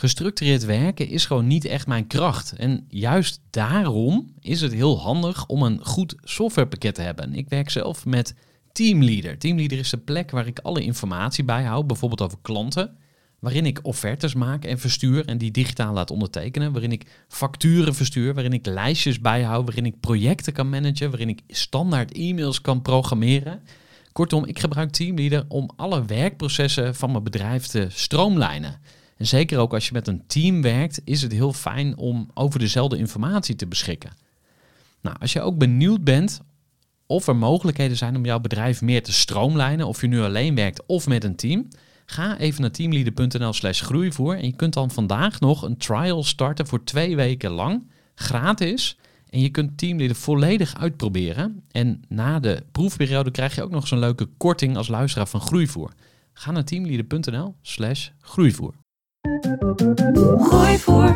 Gestructureerd werken is gewoon niet echt mijn kracht. En juist daarom is het heel handig om een goed softwarepakket te hebben. Ik werk zelf met Teamleader. Teamleader is de plek waar ik alle informatie bijhoud, bijvoorbeeld over klanten, waarin ik offertes maak en verstuur en die digitaal laat ondertekenen, waarin ik facturen verstuur, waarin ik lijstjes bijhoud, waarin ik projecten kan managen, waarin ik standaard e-mails kan programmeren. Kortom, ik gebruik Teamleader om alle werkprocessen van mijn bedrijf te stroomlijnen. En zeker ook als je met een team werkt, is het heel fijn om over dezelfde informatie te beschikken. Nou, als je ook benieuwd bent of er mogelijkheden zijn om jouw bedrijf meer te stroomlijnen, of je nu alleen werkt of met een team, ga even naar teamleader.nl/groeivoer en je kunt dan vandaag nog een trial starten voor 2 weken lang, gratis. En je kunt Teamleader volledig uitproberen. En na de proefperiode krijg je ook nog eens een leuke korting als luisteraar van Groeivoer. Ga naar teamleader.nl/groeivoer. Groeivoer.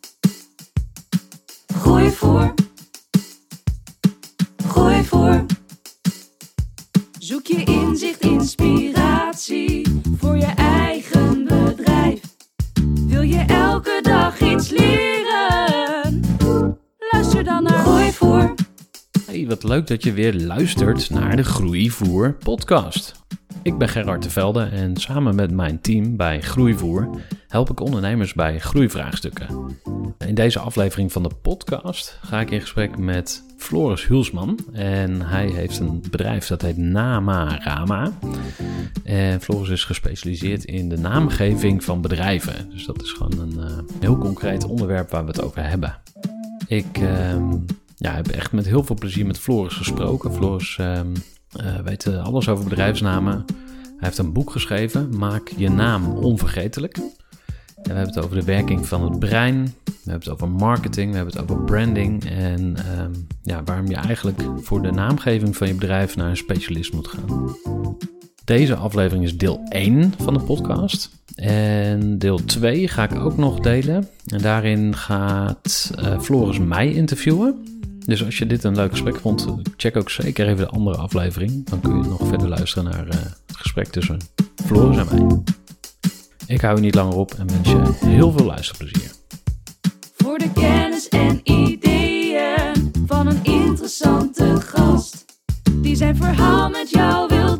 Groeivoer. Groeivoer. Zoek je inzicht, inspiratie voor je eigen bedrijf. Wil je elke dag iets leren? Luister dan naar Groeivoer. Hey, wat leuk dat je weer luistert naar de Groeivoer podcast. Ik ben Gerard de Velde en samen met mijn team bij Groeivoer help ik ondernemers bij groeivraagstukken. In deze aflevering van de podcast ga ik in gesprek met Floris Hulsman. En hij heeft een bedrijf dat heet Nama Rama. En Floris is gespecialiseerd in de naamgeving van bedrijven. Dus dat is gewoon een heel concreet onderwerp waar we het over hebben. Ik heb echt met heel veel plezier met Floris gesproken. Floris weet alles over bedrijfsnamen. Hij heeft een boek geschreven, Maak je naam onvergetelijk. En we hebben het over de werking van het brein. We hebben het over marketing, we hebben het over branding. En waarom je eigenlijk voor de naamgeving van je bedrijf naar een specialist moet gaan. Deze aflevering is deel 1 van de podcast. En deel 2 ga ik ook nog delen. En daarin gaat Floris mij interviewen. Dus als je dit een leuk gesprek vond, check ook zeker even de andere aflevering. Dan kun je nog verder luisteren naar het gesprek tussen Floris en mij. Ik hou je niet langer op en wens je heel veel luisterplezier. Voor de kennis en ideeën van een interessante gast, die zijn verhaal met jou wil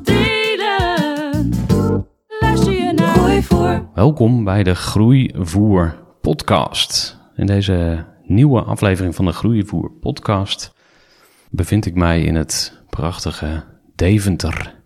delen. Luister je naar Groeivoer. Welkom bij de Groeivoer podcast. In deze nieuwe aflevering van de Groeivoer podcast bevind ik mij in het prachtige Deventer.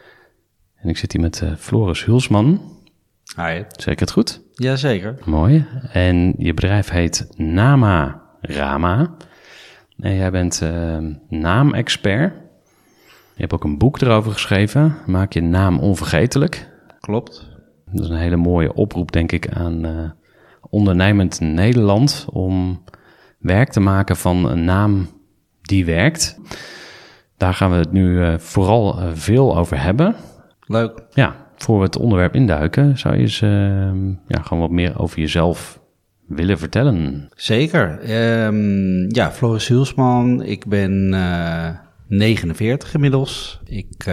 En ik zit hier met Floris Hulsman. Hi. Zeg ik het goed? Jazeker. Mooi. En je bedrijf heet Nama Rama. En jij bent naamexpert. Je hebt ook een boek erover geschreven. Maak je naam onvergetelijk. Klopt. Dat is een hele mooie oproep, denk ik, aan ondernemend Nederland om werk te maken van een naam die werkt. Daar gaan we het nu vooral veel over hebben. Leuk. Ja, voor we het onderwerp induiken, zou je eens gewoon wat meer over jezelf willen vertellen? Zeker. Floris Hulsman. Ik ben 49 inmiddels. Ik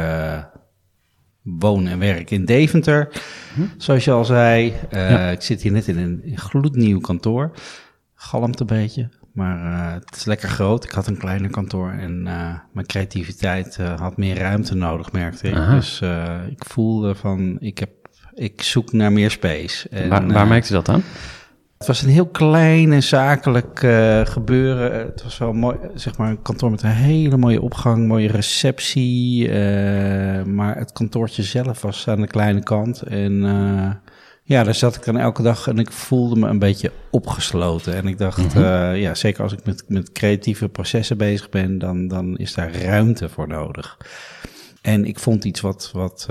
woon en werk in Deventer, zoals je al zei. Ik zit hier net in een gloednieuw kantoor. Galmt een beetje, maar het is lekker groot. Ik had een kleiner kantoor en mijn creativiteit had meer ruimte nodig, merkte ik. Aha. Dus ik voelde van, ik zoek naar meer space. En, waar merkte je dat aan? Het was een heel klein en zakelijk gebeuren. Het was wel mooi, zeg maar, een kantoor met een hele mooie opgang, mooie receptie. Maar het kantoortje zelf was aan de kleine kant. En daar zat ik dan elke dag en ik voelde me een beetje opgesloten. En ik dacht, zeker als ik met creatieve processen bezig ben, dan is daar ruimte voor nodig. En ik vond iets wat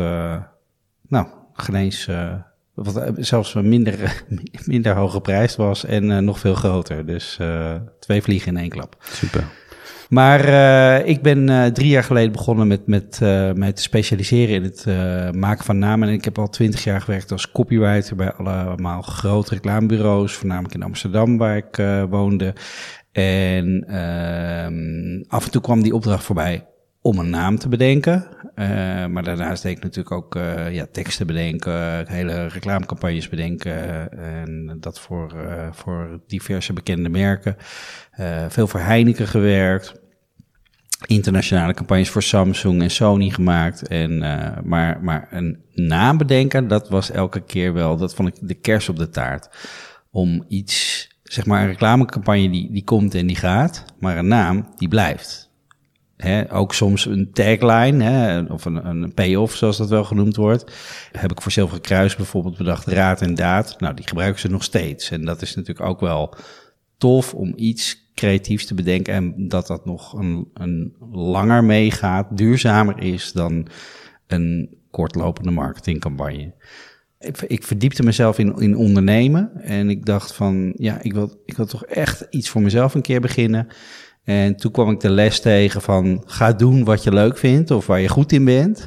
geen eens wat zelfs minder hoog geprijsd was en nog veel groter. Dus 2 vliegen in 1 klap. Super. Maar ik ben 3 jaar geleden begonnen met mij te specialiseren in het maken van namen. En ik heb al 20 jaar gewerkt als copywriter bij allemaal grote reclamebureaus, voornamelijk in Amsterdam waar ik woonde. En af en toe kwam die opdracht voorbij. om een naam te bedenken. Maar daarnaast deed ik natuurlijk ook teksten bedenken, hele reclamecampagnes bedenken. En dat voor diverse bekende merken. Veel voor Heineken gewerkt. Internationale campagnes voor Samsung en Sony gemaakt. Maar een naam bedenken, dat was elke keer wel, dat vond ik de kers op de taart. Om iets, zeg maar een reclamecampagne die komt en die gaat, maar een naam die blijft. Ook soms een tagline, of een payoff zoals dat wel genoemd wordt. Heb ik voor Zilveren Kruis bijvoorbeeld bedacht, raad en daad. Nou, die gebruiken ze nog steeds. En dat is natuurlijk ook wel tof om iets creatiefs te bedenken en dat nog een langer meegaat, duurzamer is dan een kortlopende marketingcampagne. Ik verdiepte mezelf in ondernemen en ik dacht van, ik wil toch echt iets voor mezelf een keer beginnen. En toen kwam ik de les tegen van, ga doen wat je leuk vindt of waar je goed in bent.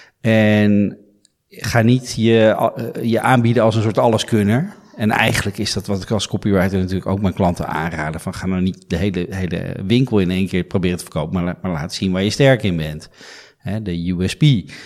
En ga niet je aanbieden als een soort alleskunner. En eigenlijk is dat wat ik als copywriter natuurlijk ook mijn klanten aanraden. Van ga nou niet de hele winkel in één keer proberen te verkopen, maar laat zien waar je sterk in bent. De USP.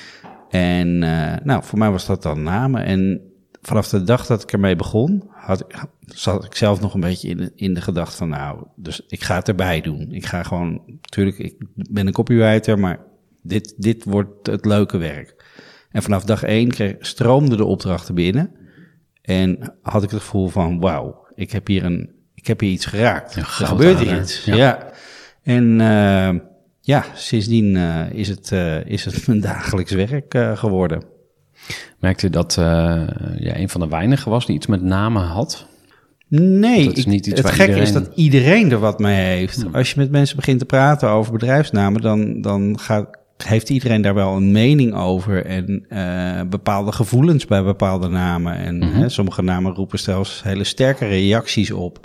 En voor mij was dat dan namen. En vanaf de dag dat ik ermee begon, zat ik zelf nog een beetje in de gedachte van dus ik ga het erbij doen. Ik ga gewoon, natuurlijk, ik ben een copywriter, maar dit wordt het leuke werk. En vanaf dag 1 stroomden de opdrachten binnen. En had ik het gevoel van, wauw, ik heb hier iets geraakt. Er gebeurt hier iets. Ja. En sindsdien is het mijn dagelijks werk geworden. Merkte je dat een van de weinigen was die iets met namen had? Nee, dat is niet iets het gekke is dat iedereen er wat mee heeft. Als je met mensen begint te praten over bedrijfsnamen, dan heeft iedereen daar wel een mening over en bepaalde gevoelens bij bepaalde namen. En sommige namen roepen zelfs hele sterke reacties op.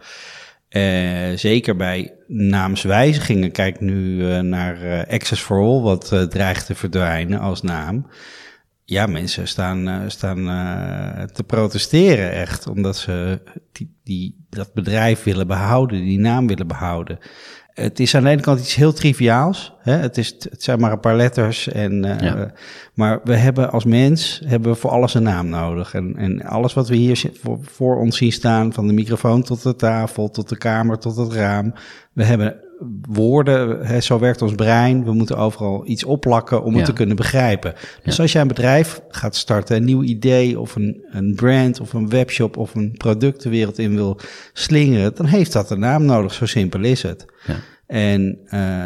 Zeker bij naamswijzigingen. Kijk nu naar Access for All, wat dreigt te verdwijnen als naam. Ja, mensen staan te protesteren echt, omdat ze dat bedrijf willen behouden, die naam willen behouden. Het is aan de ene kant iets heel triviaals. Het zijn maar een paar letters. Maar we hebben als mens voor alles een naam nodig. En alles wat we hier voor ons zien staan, van de microfoon tot de tafel, tot de kamer, tot het raam. We hebben woorden, zo werkt ons brein. We moeten overal iets opplakken om het te kunnen begrijpen. Dus als jij een bedrijf gaat starten, een nieuw idee of een brand of een webshop of een product de wereld in wil slingeren, dan heeft dat een naam nodig. Zo simpel is het. Ja. En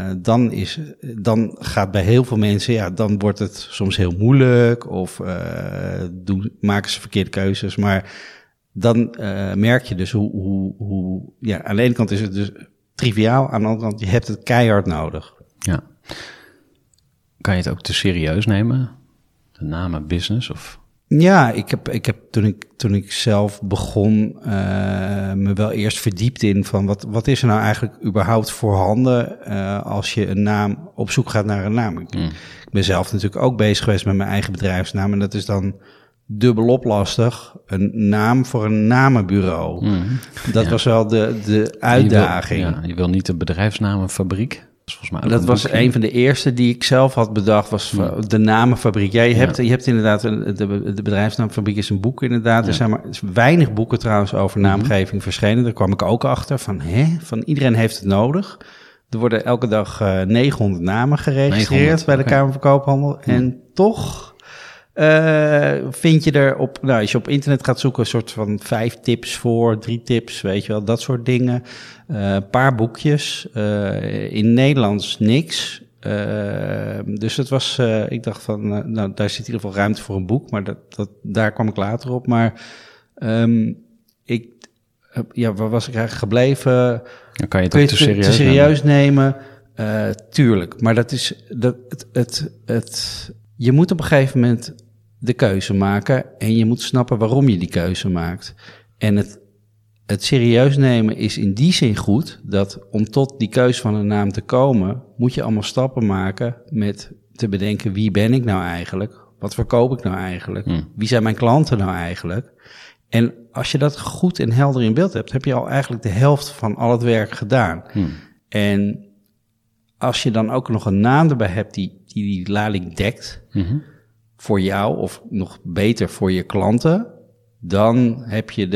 dan gaat bij heel veel mensen, dan wordt het soms heel moeilijk of maken ze verkeerde keuzes. Maar dan merk je dus hoe aan de ene kant is het dus triviaal, aan de andere kant, je hebt het keihard nodig. Ja. Kan je het ook te serieus nemen? De namen business of? Ja, ik heb toen ik zelf begon me wel eerst verdiept in van wat is er nou eigenlijk überhaupt voorhanden als je een naam op zoek gaat naar een naam. Ik ben zelf natuurlijk ook bezig geweest met mijn eigen bedrijfsnaam en dat is dan dubbelop lastig. Een naam voor een namenbureau. Dat was wel de uitdaging. Je wil niet de bedrijfsnamenfabriek. Dat was een van de eerste die ik zelf had bedacht, was de namenfabriek. Ja, je hebt inderdaad, de bedrijfsnaamfabriek is een boek inderdaad. Er zijn weinig boeken trouwens over naamgeving verschenen. Daar kwam ik ook achter van iedereen heeft het nodig. Er worden elke dag 900 namen geregistreerd bij de Kamer van Koophandel. En toch vind je er als je op internet gaat zoeken, een soort van 5 tips voor, 3 tips, weet je wel, dat soort dingen. Een paar boekjes. In Nederlands niks. Dus het was, ik dacht van, daar zit in ieder geval ruimte voor een boek, maar daar kwam ik later op. Maar waar was ik eigenlijk gebleven? Dan kan je het ook te serieus nemen. Tuurlijk, maar je moet op een gegeven moment de keuze maken en je moet snappen waarom je die keuze maakt. En het serieus nemen is in die zin goed dat om tot die keuze van een naam te komen, moet je allemaal stappen maken met te bedenken wie ben ik nou eigenlijk? Wat verkoop ik nou eigenlijk? Wie zijn mijn klanten nou eigenlijk? En als je dat goed en helder in beeld hebt, heb je al eigenlijk de helft van al het werk gedaan. En als je dan ook nog een naam erbij hebt die lading dekt voor jou of nog beter voor je klanten, dan heb je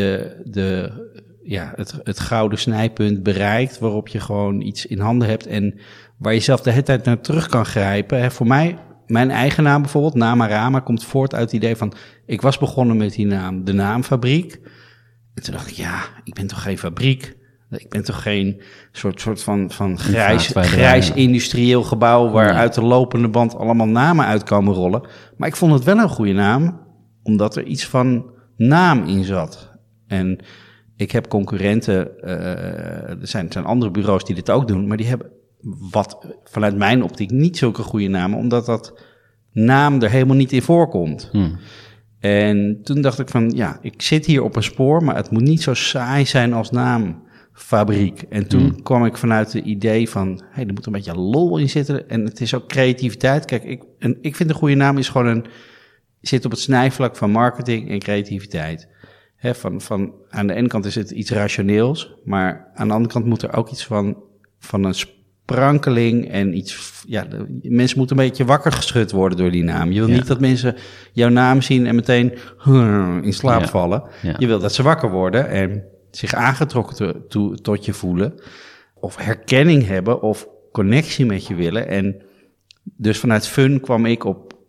het gouden snijpunt bereikt waarop je gewoon iets in handen hebt en waar je zelf de hele tijd naar terug kan grijpen. Hè, voor mij, mijn eigen naam bijvoorbeeld, Namarama, komt voort uit het idee van, ik was begonnen met die naam, de Naamfabriek. En toen dacht ik, ik ben toch geen fabriek? Ik ben toch geen soort van grijs industrieel gebouw waar uit de lopende band allemaal namen uit komen rollen. Maar ik vond het wel een goede naam, omdat er iets van naam in zat. En ik heb concurrenten, er zijn andere bureaus die dit ook doen, maar die hebben wat vanuit mijn optiek niet zulke goede namen, omdat dat naam er helemaal niet in voorkomt. En toen dacht ik van, ik zit hier op een spoor, maar het moet niet zo saai zijn als Naamfabriek. En toen kwam ik vanuit het idee van, er moet een beetje lol in zitten en het is ook creativiteit. Kijk, ik vind een goede naam is gewoon zit op het snijvlak van marketing en creativiteit. Van aan de ene kant is het iets rationeels, maar aan de andere kant moet er ook iets van een sprankeling en iets. Mensen moeten een beetje wakker geschud worden door die naam. Je wil niet dat mensen jouw naam zien en meteen in slaap vallen. Ja. Je wil dat ze wakker worden en zich aangetrokken tot je voelen, of herkenning hebben of connectie met je willen. En dus vanuit fun kwam ik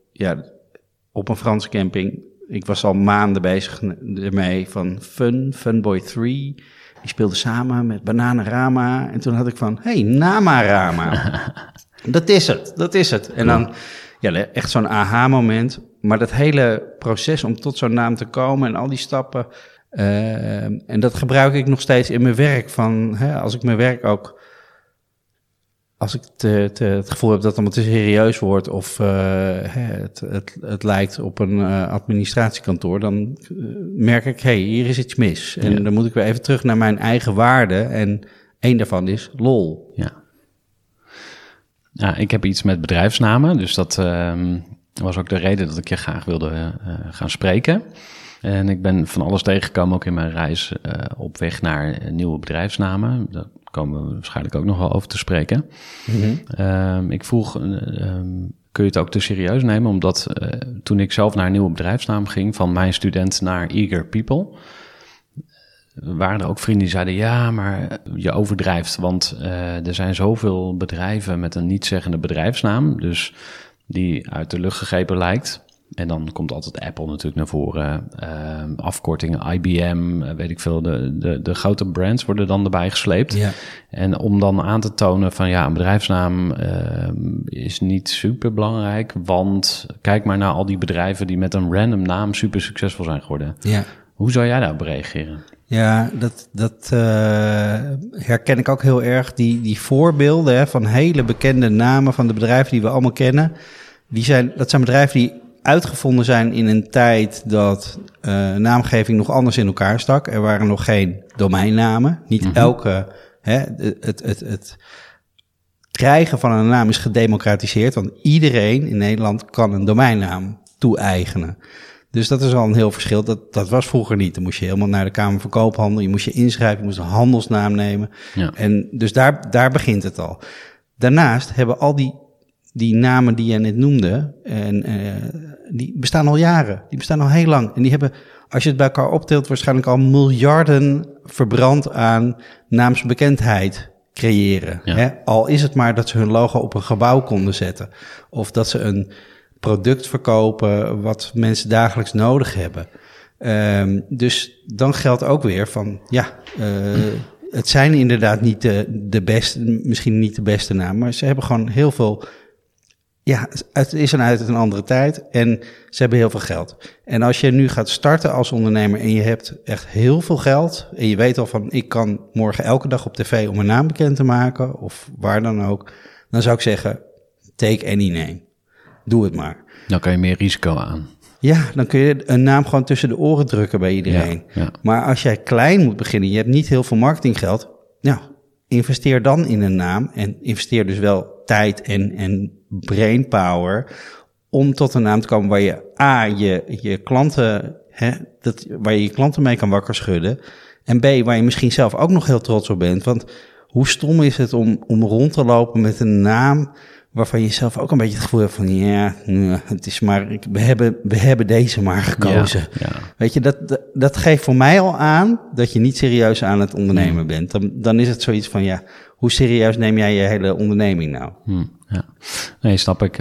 op een Franse camping. Ik was al maanden bezig ermee van Funboy 3. Die speelde samen met Bananarama. En toen had ik van, Namarama. Dat is het. En dan, echt zo'n aha-moment. Maar dat hele proces om tot zo'n naam te komen en al die stappen. En dat gebruik ik nog steeds in mijn werk. Als ik mijn werk ook, als ik het gevoel heb dat het allemaal te serieus wordt of het lijkt op een administratiekantoor, dan merk ik, hier is iets mis. En dan moet ik weer even terug naar mijn eigen waarden. En één daarvan is lol. Ja, ik heb iets met bedrijfsnamen. Dus dat was ook de reden dat ik je graag wilde gaan spreken. En ik ben van alles tegengekomen, ook in mijn reis op weg naar nieuwe bedrijfsnamen. Daar komen we waarschijnlijk ook nog wel over te spreken. Ik vroeg, kun je het ook te serieus nemen? Omdat toen ik zelf naar een nieuwe bedrijfsnaam ging, van mijn student naar Eager People, waren er ook vrienden die zeiden, ja, maar je overdrijft. Want er zijn zoveel bedrijven met een niet-zeggende bedrijfsnaam, dus die uit de lucht gegrepen lijkt. En dan komt altijd Apple natuurlijk naar voren. Afkortingen, IBM, weet ik veel. De grote brands worden dan erbij gesleept. Ja. En om dan aan te tonen van een bedrijfsnaam is niet super belangrijk. Want kijk maar naar al die bedrijven die met een random naam super succesvol zijn geworden. Ja. Hoe zou jij daarop reageren? Ja, dat herken ik ook heel erg. Die voorbeelden van hele bekende namen van de bedrijven die we allemaal kennen. Dat zijn bedrijven die uitgevonden zijn in een tijd dat naamgeving nog anders in elkaar stak. Er waren nog geen domeinnamen. Niet elke. Het krijgen van een naam is gedemocratiseerd, want iedereen in Nederland kan een domeinnaam toe-eigenen. Dus dat is al een heel verschil. Dat was vroeger niet. Dan moest je helemaal naar de Kamer van Koophandel. Je moest je inschrijven, je moest een handelsnaam nemen. Ja. En dus daar begint het al. Daarnaast hebben al die namen die je net noemde, die bestaan al jaren. Die bestaan al heel lang. En die hebben, als je het bij elkaar optelt, waarschijnlijk al miljarden verbrand aan naamsbekendheid creëren. Ja. Hè? Al is het maar dat ze hun logo op een gebouw konden zetten. Of dat ze een product verkopen wat mensen dagelijks nodig hebben. Dus dan geldt ook weer van, het zijn inderdaad niet de beste, misschien niet de beste naam, maar ze hebben gewoon heel veel. Ja, het is uit een andere tijd en ze hebben heel veel geld. En als je nu gaat starten als ondernemer en je hebt echt heel veel geld en je weet al van, ik kan morgen elke dag op tv om een naam bekend te maken of waar dan ook, dan zou ik zeggen, take any name. Doe het maar. Dan kan je meer risico aan. Ja, dan kun je een naam gewoon tussen de oren drukken bij iedereen. Ja. Maar als jij klein moet beginnen, je hebt niet heel veel marketinggeld, investeer dan in een naam en investeer dus wel tijd en brainpower om tot een naam te komen waar je je klanten, waar je je klanten mee kan wakker schudden. En B, waar je misschien zelf ook nog heel trots op bent. Want hoe stom is het om rond te lopen met een naam waarvan je zelf ook een beetje het gevoel hebt van, het is maar, we hebben deze maar gekozen. Ja. Weet je, dat geeft voor mij al aan dat je niet serieus aan het ondernemen bent. Dan is het zoiets van, hoe serieus neem jij je hele onderneming nou? Ja. Nee, snap ik.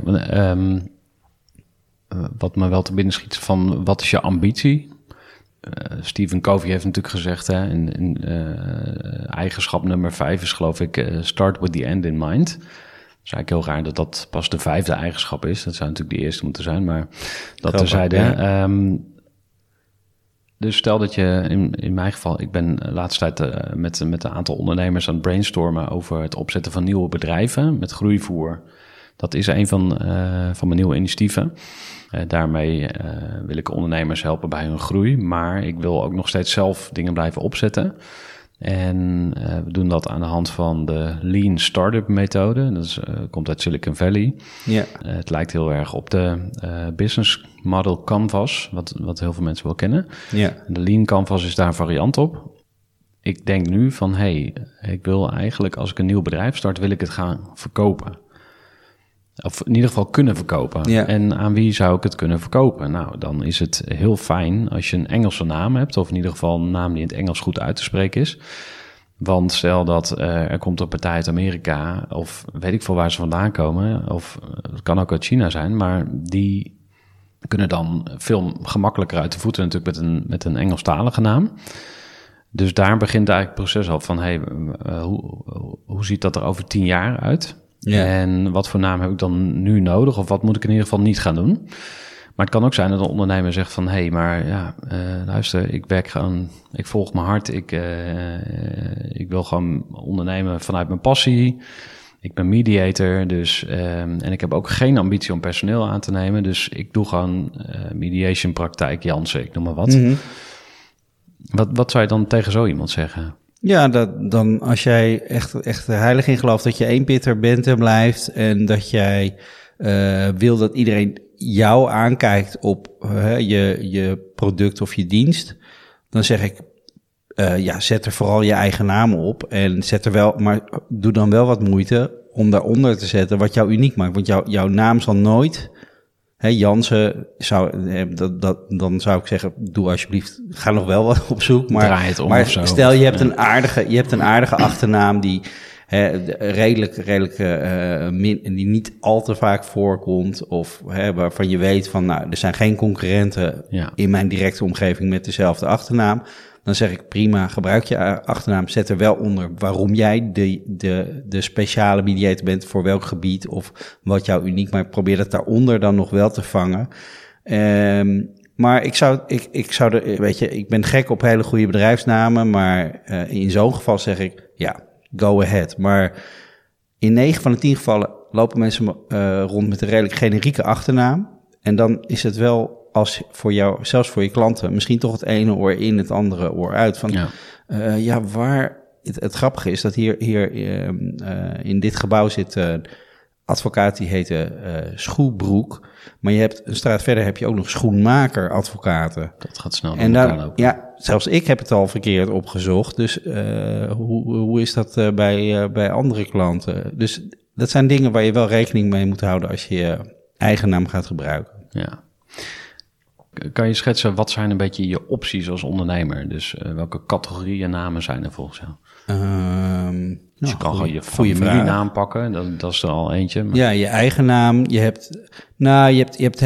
Wat me wel te binnen schiet van, wat is je ambitie? Stephen Covey heeft natuurlijk gezegd, hè, in eigenschap nummer 5 is geloof ik, start with the end in mind. Het is eigenlijk heel raar dat pas de 5e eigenschap is. Dat zou natuurlijk de eerste moeten zijn, maar dat terzijde. Ja. Dus stel dat je, in mijn geval, ik ben de laatste tijd met een aantal ondernemers aan het brainstormen over het opzetten van nieuwe bedrijven met groeivoer. Dat is een van mijn nieuwe initiatieven. Daarmee wil ik ondernemers helpen bij hun groei, maar ik wil ook nog steeds zelf dingen blijven opzetten. En we doen dat aan de hand van de Lean Startup methode. Dat komt uit Silicon Valley. Yeah. Het lijkt heel erg op de business model Canvas, wat heel veel mensen wel kennen. Yeah. De Lean Canvas is daar een variant op. Ik denk nu van, ik wil eigenlijk, als ik een nieuw bedrijf start, wil ik het gaan verkopen. Of in ieder geval kunnen verkopen. Ja. En aan wie zou ik het kunnen verkopen? Nou, dan is het heel fijn als je een Engelse naam hebt, of in ieder geval een naam die in het Engels goed uit te spreken is. Want stel dat er komt een partij uit Amerika, of weet ik veel waar ze vandaan komen, of het kan ook uit China zijn, maar die kunnen dan veel gemakkelijker uit de voeten natuurlijk met een Engelstalige naam. Dus daar begint eigenlijk het proces al van, hoe ziet dat er over 10 jaar uit? Ja. En wat voor naam heb ik dan nu nodig? Of wat moet ik in ieder geval niet gaan doen? Maar het kan ook zijn dat een ondernemer zegt van, luister, ik volg mijn hart. Ik wil gewoon ondernemen vanuit mijn passie. Ik ben mediator, dus en ik heb ook geen ambitie om personeel aan te nemen. Dus ik doe gewoon mediation praktijk Jansen, ik noem maar wat. Mm-hmm. Wat zou je dan tegen zo iemand zeggen? Ja, dan als jij echt heilig in gelooft dat je eenpitter bent en blijft en dat jij wil dat iedereen jou aankijkt op je product of je dienst, dan zeg ik, zet er vooral je eigen naam op en maar doe dan wel wat moeite om daaronder te zetten wat jou uniek maakt. Want jouw naam zal nooit, Jansen, dan zou ik zeggen, doe alsjeblieft, ga nog wel wat op zoek. Maar, draai het om maar of zo. Stel, je hebt een aardige achternaam die redelijk die niet al te vaak voorkomt, of waarvan je weet van, er zijn geen concurrenten in mijn directe omgeving met dezelfde achternaam. Dan zeg ik, prima, gebruik je achternaam, zet er wel onder waarom jij de speciale mediator bent voor welk gebied of wat jou uniek maakt. Probeer dat daaronder dan nog wel te vangen. Maar ik ben gek op hele goede bedrijfsnamen, maar in zo'n geval zeg ik, go ahead. Maar in 9 van de 10 gevallen lopen mensen rond met een redelijk generieke achternaam. En dan is het wel, als voor jou, zelfs voor je klanten, misschien toch het ene oor in, het andere oor uit. Van, waar het grappige is dat hier in dit gebouw zit een advocaat die heette Schoenbroek. Maar je hebt een straat verder heb je ook nog schoenmaker-advocaten. Dat gaat snel door elkaar lopen. Ja, zelfs ik heb het al verkeerd opgezocht. Dus hoe is dat bij andere klanten? Dus dat zijn dingen waar je wel rekening mee moet houden als je je eigen naam gaat gebruiken. Ja. Kan je schetsen, wat zijn een beetje je opties als ondernemer? Dus welke categorieën namen zijn er volgens jou? Dus je kan gewoon je familienaam pakken, dat is er al eentje. Maar... Ja, je eigen naam. Je hebt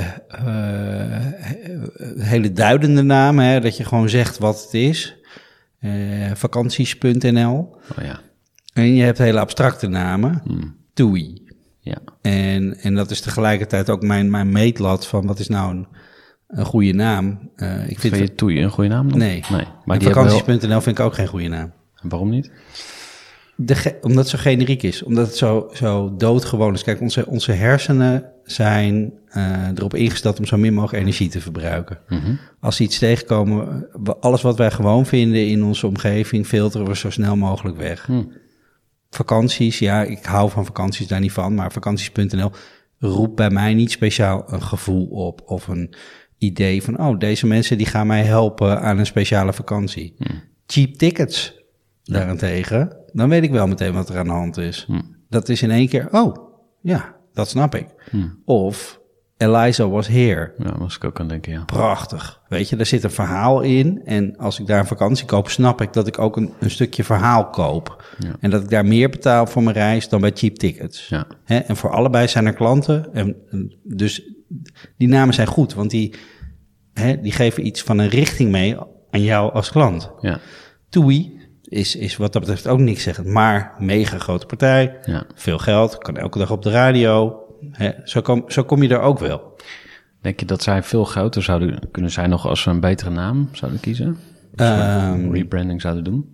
hele duidende namen, dat je gewoon zegt wat het is. Vakanties.nl. Oh ja. En je hebt hele abstracte namen. TUI. Ja. En dat is tegelijkertijd ook mijn meetlat van wat is nou een goede naam. Vind je TUI een goede naam dan? Nee. Maar vakanties.nl vind ik ook geen goede naam. En waarom niet? Omdat het zo generiek is. Omdat het zo doodgewoon is. Kijk, onze hersenen zijn erop ingesteld om zo min mogelijk energie te verbruiken. Mm-hmm. Als ze iets tegenkomen, alles wat wij gewoon vinden in onze omgeving, filteren we zo snel mogelijk weg. Vakanties, ik hou van vakanties, daar niet van. Maar vakanties.nl roept bij mij niet speciaal een gevoel op of een idee van, deze mensen die gaan mij helpen aan een speciale vakantie. Cheap tickets daarentegen dan weet ik wel meteen wat er aan de hand is. Dat is in één keer, dat snap ik. Of Eliza was here. Ja, was ik ook aan denken, ja. Prachtig. Weet je, daar zit een verhaal in. En als ik daar een vakantie koop, snap ik dat ik ook een stukje verhaal koop. Ja. En dat ik daar meer betaal voor mijn reis dan bij cheap tickets. Ja. En voor allebei zijn er klanten. En dus die namen zijn goed, want die geven iets van een richting mee aan jou als klant. Ja. TUI is wat dat betreft ook niks zeggen. Maar mega grote partij, veel geld, kan elke dag op de radio. Zo kom je er ook wel. Denk je dat zij veel groter zouden kunnen zijn nog als ze een betere naam zouden kiezen? Rebranding zouden doen?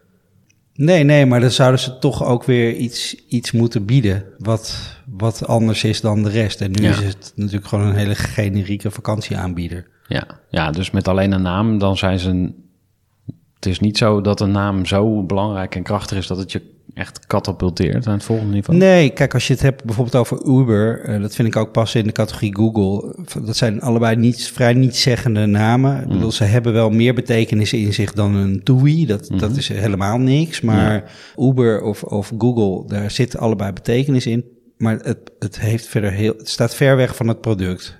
Nee, maar dan zouden ze toch ook weer iets moeten bieden wat anders is dan de rest. En nu is het natuurlijk gewoon een hele generieke vakantieaanbieder. Ja, dus met alleen een naam, dan zijn ze... Het is niet zo dat een naam zo belangrijk en krachtig is dat het je echt katapulteert aan het volgende niveau. Nee, kijk, als je het hebt bijvoorbeeld over Uber, dat vind ik ook passen in de categorie Google. Dat zijn allebei vrij nietszeggende namen. Ik bedoel, ze hebben wel meer betekenis in zich dan een TUI. Dat is helemaal niks. Maar Uber of Google, daar zit allebei betekenis in. Maar het heeft verder het staat ver weg van het product.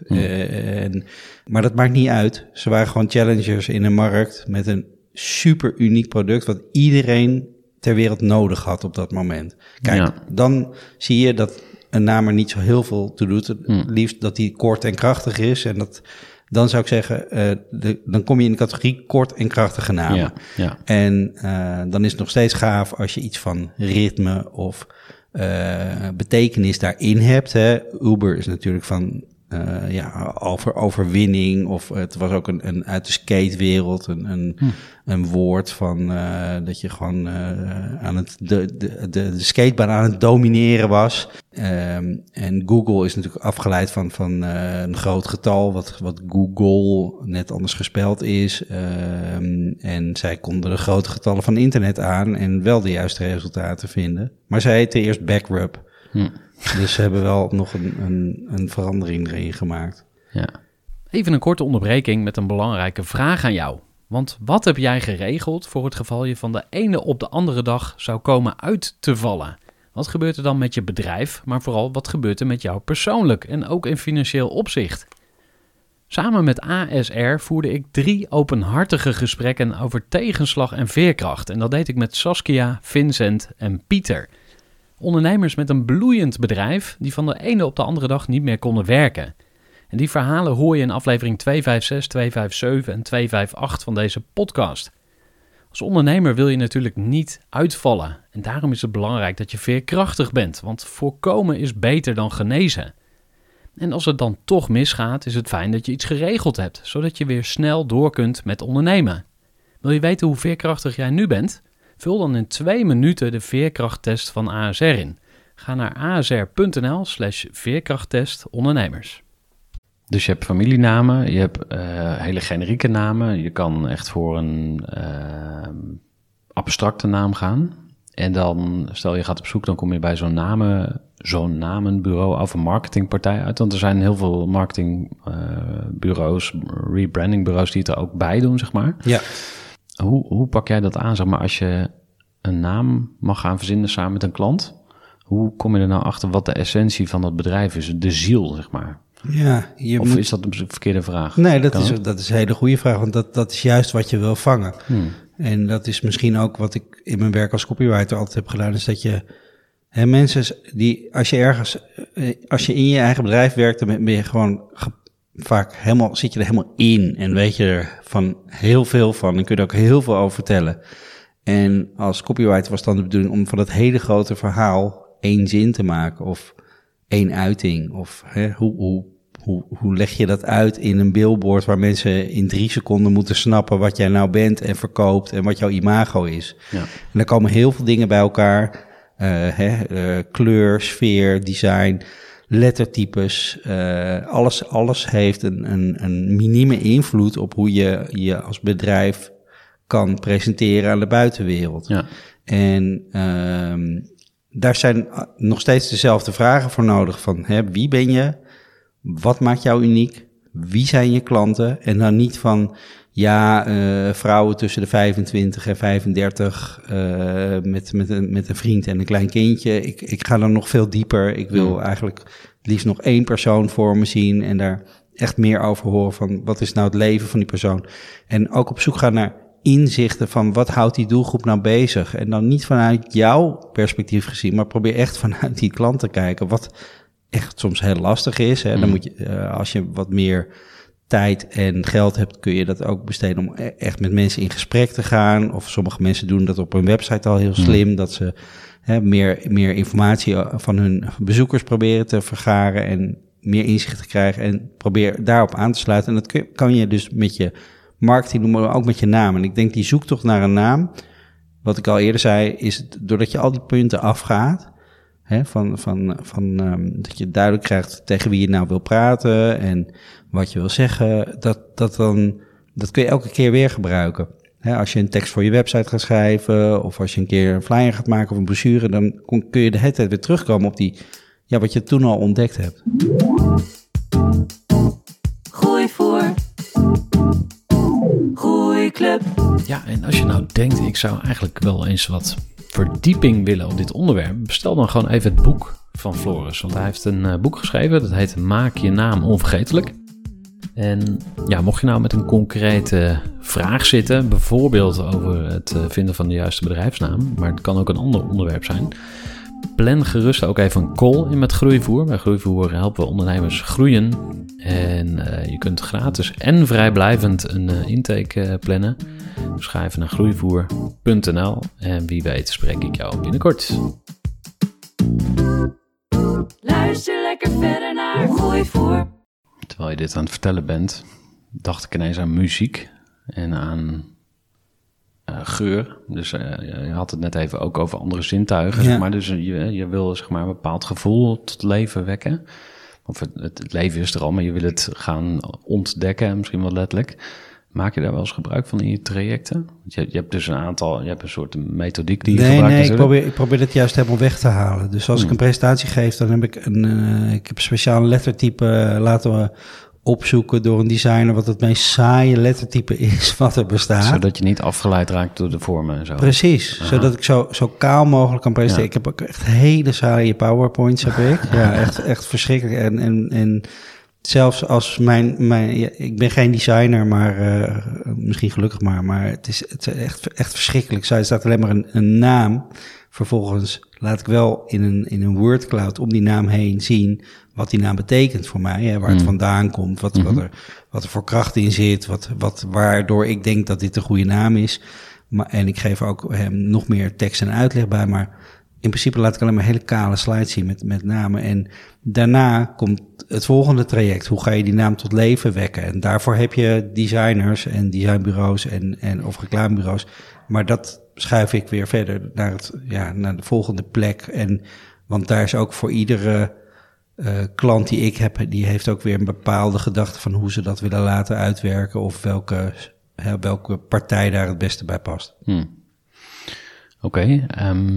Maar dat maakt niet uit. Ze waren gewoon challengers in een markt met een super uniek product wat iedereen ter wereld nodig had op dat moment. Kijk, dan zie je dat een naam er niet zo heel veel toe doet. Liefst dat die kort en krachtig is. En dan zou ik zeggen, dan kom je in de categorie kort en krachtige namen. Ja. En dan is het nog steeds gaaf als je iets van ritme of betekenis daarin hebt. Hè. Uber is natuurlijk van overwinning. Of het was ook een uit de skatewereld een woord van dat je gewoon aan de skatebaan aan het domineren was. En Google is natuurlijk afgeleid van een groot getal, wat Google net anders gespeld is. En zij konden de grote getallen van internet aan en wel de juiste resultaten vinden. Maar zij heette eerst Backrub. Dus ze hebben wel nog een verandering erin gemaakt. Ja. Even een korte onderbreking met een belangrijke vraag aan jou. Want wat heb jij geregeld voor het geval je van de ene op de andere dag zou komen uit te vallen? Wat gebeurt er dan met je bedrijf, maar vooral wat gebeurt er met jou persoonlijk en ook in financieel opzicht? Samen met ASR voerde ik 3 openhartige gesprekken over tegenslag en veerkracht. En dat deed ik met Saskia, Vincent en Pieter. Ondernemers met een bloeiend bedrijf die van de ene op de andere dag niet meer konden werken. En die verhalen hoor je in aflevering 256, 257 en 258 van deze podcast. Als ondernemer wil je natuurlijk niet uitvallen. En daarom is het belangrijk dat je veerkrachtig bent, want voorkomen is beter dan genezen. En als het dan toch misgaat, is het fijn dat je iets geregeld hebt, zodat je weer snel door kunt met ondernemen. Wil je weten hoe veerkrachtig jij nu bent? Vul dan in 2 minuten de veerkrachttest van ASR in. Ga naar asr.nl/veerkrachttest ondernemers. Dus je hebt familienamen, je hebt hele generieke namen. Je kan echt voor een abstracte naam gaan. En dan, stel je gaat op zoek, dan kom je bij zo'n namenbureau of een marketingpartij uit. Want er zijn heel veel marketingbureaus, rebrandingbureaus die het er ook bij doen, zeg maar. Ja. Hoe pak jij dat aan, zeg maar, als je een naam mag gaan verzinnen samen met een klant? Hoe kom je er nou achter wat de essentie van dat bedrijf is? De ziel, zeg maar. Ja, of is dat een verkeerde vraag? Nee, dat is een hele goede vraag, want dat is juist wat je wil vangen. En dat is misschien ook wat ik in mijn werk als copywriter altijd heb gedaan, is dat je mensen die, als je in je eigen bedrijf werkt, dan ben je gewoon vaak zit je er helemaal in en weet je er van heel veel van en kun je er ook heel veel over vertellen. En als copywriter was dan de bedoeling om van dat hele grote verhaal 1 zin te maken of 1 uiting. Of hoe leg je dat uit in een billboard waar mensen in 3 seconden moeten snappen wat jij nou bent en verkoopt en wat jouw imago is. Ja. En daar komen heel veel dingen bij elkaar. Kleur, sfeer, design, lettertypes. Alles heeft een minieme invloed op hoe je je als bedrijf kan presenteren aan de buitenwereld. Ja. En daar zijn nog steeds dezelfde vragen voor nodig van wie ben je? Wat maakt jou uniek? Wie zijn je klanten? En dan niet van vrouwen tussen de 25 en 35 met een vriend en een klein kindje. Ik ga dan nog veel dieper. Ik wil eigenlijk het liefst nog 1 persoon voor me zien en daar echt meer over horen van wat is nou het leven van die persoon. En ook op zoek gaan naar inzichten van wat houdt die doelgroep nou bezig. En dan niet vanuit jouw perspectief gezien, maar probeer echt vanuit die klant te kijken. Wat echt soms heel lastig is. Hè. Dan moet je, als je wat meer tijd en geld hebt, kun je dat ook besteden om echt met mensen in gesprek te gaan. Of sommige mensen doen dat op hun website al heel slim, dat ze meer informatie van hun bezoekers proberen te vergaren en meer inzicht te krijgen en probeer daarop aan te sluiten. En dat kan je dus met je marketing doen, maar ook met je naam. En ik denk die zoektocht naar een naam, wat ik al eerder zei, is doordat je al die punten afgaat, dat je duidelijk krijgt tegen wie je nou wil praten en wat je wil zeggen, dat kun je elke keer weer gebruiken. Als je een tekst voor je website gaat schrijven, of als je een keer een flyer gaat maken of een brochure, dan kun je de hele tijd weer terugkomen op wat je toen al ontdekt hebt. Groeivoer. Groeiclub. Ja, en als je nou denkt, ik zou eigenlijk wel eens wat verdieping willen op dit onderwerp, bestel dan gewoon even het boek van Floris. Want hij heeft een boek geschreven, dat heet Maak je naam onvergetelijk. En ja, mocht je nou met een concrete vraag zitten, bijvoorbeeld over het vinden van de juiste bedrijfsnaam, maar het kan ook een ander onderwerp zijn, plan gerust ook even een call in met Groeivoer. Bij Groeivoer helpen we ondernemers groeien. En je kunt gratis en vrijblijvend een intake plannen. Dus ga even naar groeivoer.nl en wie weet spreek ik jou binnenkort. Luister lekker verder naar Groeivoer. Terwijl je dit aan het vertellen bent, dacht ik ineens aan muziek en aan geur. Dus je had het net even ook over andere zintuigen, zeg maar. Dus je wil zeg maar een bepaald gevoel tot leven wekken. Of het leven is er al, maar je wil het gaan ontdekken, misschien wel letterlijk. Maak je daar wel eens gebruik van in je trajecten? Je hebt dus je hebt een soort methodiek die je gebruikt. Nee, ik probeer het juist helemaal weg te halen. Dus als ik een presentatie geef, dan heb ik ik heb een speciaal lettertype laten opzoeken door een designer wat het meest saaie lettertype is wat er bestaat. Zodat je niet afgeleid raakt door de vormen en zo. Precies, zodat ik zo kaal mogelijk kan presenteren. Ja. Ik heb ook echt hele saaie PowerPoints, heb ik. Ja, echt verschrikkelijk. En zelfs als ik ben geen designer, maar misschien gelukkig maar het is echt verschrikkelijk. Er staat alleen maar een naam. Vervolgens laat ik wel in een word cloud om die naam heen zien wat die naam betekent voor mij, hè, waar het vandaan komt, wat er voor kracht in zit, waardoor ik denk dat dit een goede naam is. En ik geef ook hem nog meer tekst en uitleg bij, maar in principe laat ik alleen maar hele kale slides zien met namen. En daarna komt het volgende traject. Hoe ga je die naam tot leven wekken? En daarvoor heb je designers en designbureaus of reclamebureaus. Maar dat schuif ik weer verder naar de volgende plek. Want daar is ook voor iedere klant die ik heb, die heeft ook weer een bepaalde gedachte van hoe ze dat willen laten uitwerken of welke partij daar het beste bij past. Oké.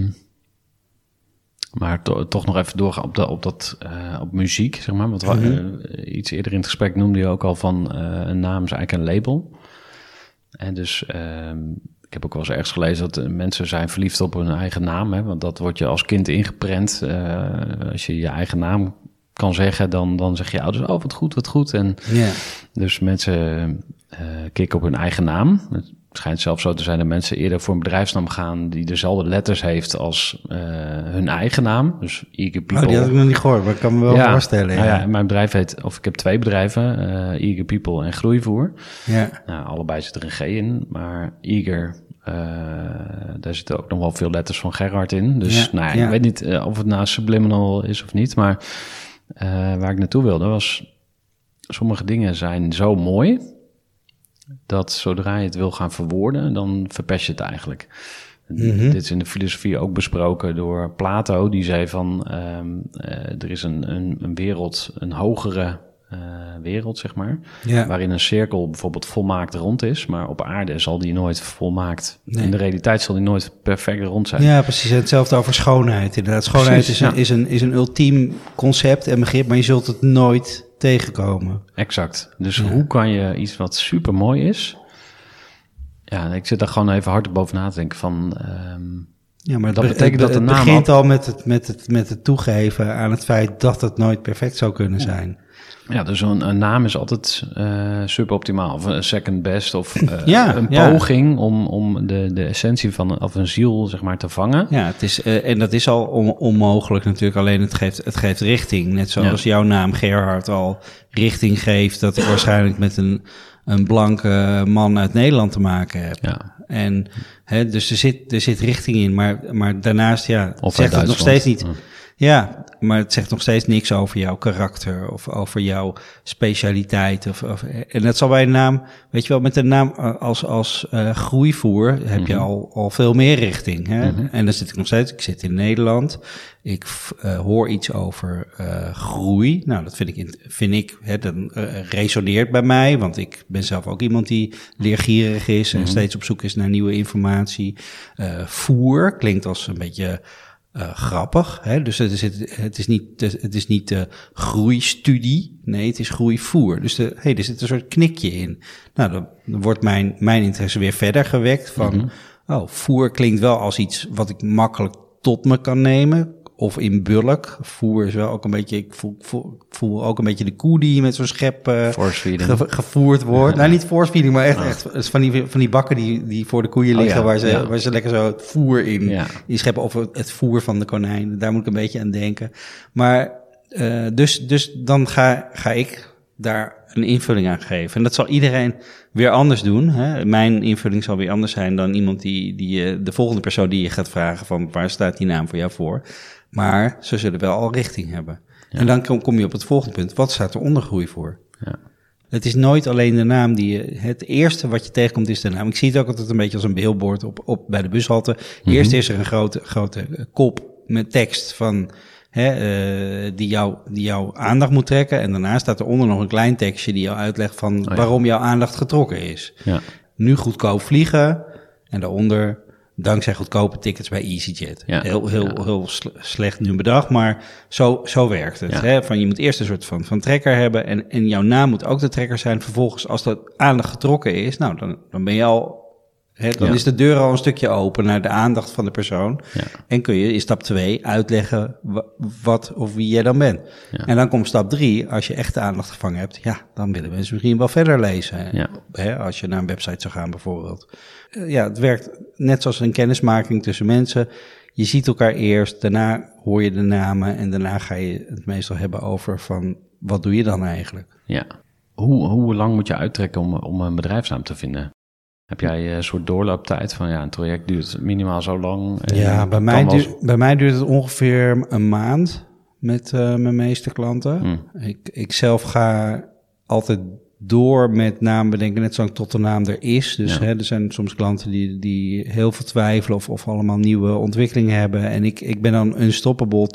Maar toch nog even doorgaan op muziek, zeg maar. Want iets eerder in het gesprek noemde je ook al van een naam is eigenlijk een label. En dus ik heb ook wel eens ergens gelezen dat mensen zijn verliefd op hun eigen naam. Hè, want dat wordt je als kind ingeprent. Als je je eigen naam kan zeggen, dan zeg je ouders, oh wat goed. En dus mensen kicken op hun eigen naam. Het schijnt zelfs zo te zijn dat mensen eerder voor een bedrijfsnaam gaan die dezelfde letters heeft als hun eigen naam. Dus Eager People. Die had ik nog niet gehoord, maar ik kan me wel voorstellen. Nou mijn bedrijf ik heb 2 bedrijven, Eager People en Groeivoer. Ja. Nou, allebei zit er een G in, maar Eager, daar zitten ook nog wel veel letters van Gerard in. Dus ik weet niet of het nou subliminal is of niet, maar waar ik naartoe wilde was, sommige dingen zijn zo mooi dat zodra je het wil gaan verwoorden, dan verpest je het eigenlijk. Dit is in de filosofie ook besproken door Plato. Die zei van, er is een wereld, een hogere wereld, zeg maar. Ja. Waarin een cirkel bijvoorbeeld volmaakt rond is. Maar op aarde zal die nooit volmaakt. Nee. In de realiteit zal die nooit perfect rond zijn. Ja, precies. Hetzelfde over schoonheid. Inderdaad, schoonheid is een ultiem concept en begrip, maar je zult het nooit tegenkomen. Exact. Dus hoe kan je iets wat super mooi is, Ja, ik zit daar gewoon even hard bovenaan te denken van... Ja, maar dat betekent dat de het naam begint al met het toegeven aan het feit dat het nooit perfect zou kunnen zijn. Ja, dus een naam is altijd suboptimaal of een second best of een ja. poging om de essentie van een ziel zeg maar te vangen. Ja, het is, en dat is al onmogelijk natuurlijk, alleen het geeft richting. Net zoals jouw naam Gerhard al richting geeft, dat ik waarschijnlijk met een blanke man uit Nederland te maken heb. Ja. En dus er zit richting in, maar daarnaast Of zegt het nog steeds niet. Ja. Maar het zegt nog steeds niks over jouw karakter of over jouw specialiteit. En dat zal bij een naam, weet je wel, met een naam als groeivoer heb je al veel meer richting. Hè? En dan zit ik nog steeds, ik zit in Nederland. Ik hoor iets over groei. Nou, dat vind ik dat resoneert bij mij, want ik ben zelf ook iemand die leergierig is en steeds op zoek is naar nieuwe informatie. Voer klinkt als een beetje grappig, hè? Dus het is niet groeistudie, nee, het is groeivoer. Dus er zit een soort knikje in. Nou, dan wordt mijn interesse weer verder gewekt van, voer klinkt wel als iets wat ik makkelijk tot me kan nemen, of in bulk. Voer is wel ook een beetje, ik voel ook een beetje de koe die met zo'n schep gevoerd wordt. Nou, niet force feeding, maar echt van die bakken die voor de koeien liggen, waar ze lekker zo het voer in scheppen, of het voer van de konijn. Daar moet ik een beetje aan denken. Maar dus dan ga ik daar een invulling aan geven. En dat zal iedereen weer anders doen. Hè? Mijn invulling zal weer anders zijn dan iemand die de volgende persoon die je gaat vragen van waar staat die naam voor jou voor. Maar ze zullen wel al richting hebben. Ja. En dan kom je op het volgende punt. Wat staat er onder groei voor? Ja. Het is nooit alleen de naam het eerste wat je tegenkomt is de naam. Ik zie het ook altijd een beetje als een billboard op bij de bushalte. Eerst is er een grote kop met tekst van die jouw aandacht moet trekken. En daarna staat er onder nog een klein tekstje die jou uitlegt van waarom jouw aandacht getrokken is. Ja. Nu goedkoop vliegen en daaronder dankzij goedkope tickets bij EasyJet. Ja. Heel slecht nu bedacht, maar zo werkt het. Ja. Hè? Van, je moet eerst een soort van trekker hebben en jouw naam moet ook de trekker zijn. Vervolgens, als de aandacht getrokken is, nou, dan ben je al... Dan is de deur al een stukje open naar de aandacht van de persoon. Ja. En kun je in stap 2 uitleggen wat of wie jij dan bent. Ja. En dan komt stap 3, als je echt de aandacht gevangen hebt. Ja, dan willen mensen misschien wel verder lezen. Ja. Als je naar een website zou gaan bijvoorbeeld. Het werkt net zoals een kennismaking tussen mensen. Je ziet elkaar eerst, daarna hoor je de namen. En daarna ga je het meestal hebben over van wat doe je dan eigenlijk? Ja. Hoe lang moet je uittrekken om een bedrijfsnaam te vinden? Heb jij een soort doorlooptijd van een traject duurt minimaal zo lang? Ja, bij mij duurt het ongeveer een maand met mijn meeste klanten. Ik zelf ga altijd door met naam bedenken, net zolang tot de naam er is. Dus er zijn soms klanten die heel veel twijfelen of allemaal nieuwe ontwikkelingen hebben. En ik ben dan unstoppable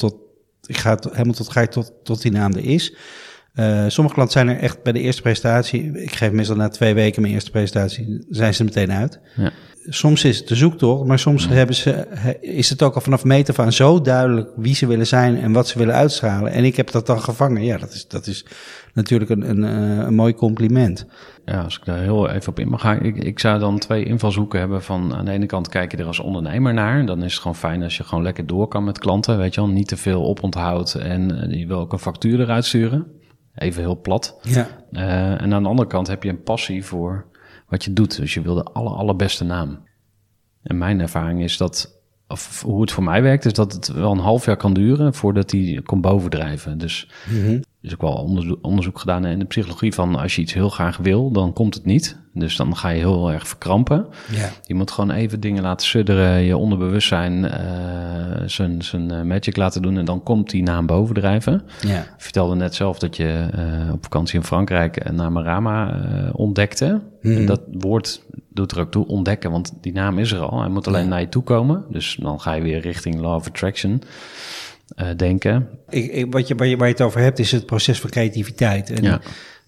tot die naam er is. Sommige klanten zijn er echt bij de eerste presentatie. Ik geef meestal na 2 weken mijn eerste presentatie, zijn ze er meteen uit. Ja. Soms is het de zoektocht, maar soms is het ook al vanaf meet af aan zo duidelijk wie ze willen zijn en wat ze willen uitstralen. En ik heb dat dan gevangen. Ja, dat is natuurlijk een mooi compliment. Ja, als ik daar heel even op in mag gaan. Ik zou dan 2 invalshoeken hebben van aan de ene kant kijk je er als ondernemer naar. Dan is het gewoon fijn als je gewoon lekker door kan met klanten. Weet je wel, niet te veel oponthoud en je wil ook een factuur eruit sturen. Even heel plat. Ja. En aan de andere kant heb je een passie voor wat je doet. Dus je wil de allerbeste naam. En mijn ervaring is of hoe het voor mij werkt, is dat het wel een half jaar kan duren voordat die komt bovendrijven. Dus er is ook wel onderzoek gedaan in de psychologie van als je iets heel graag wil, dan komt het niet. Dus dan ga je heel erg verkrampen. Ja. Je moet gewoon even dingen laten sudderen, je onderbewustzijn zijn magic laten doen en dan komt die naam bovendrijven. Ja. Je vertelde net zelf dat je op vakantie in Frankrijk Namarama ontdekte. En dat woord doet er ook toe, ontdekken, want die naam is er al. Hij moet alleen naar je toe komen. Dus dan ga je weer richting Law of Attraction denken. Waar je het over hebt is het proces van creativiteit. En,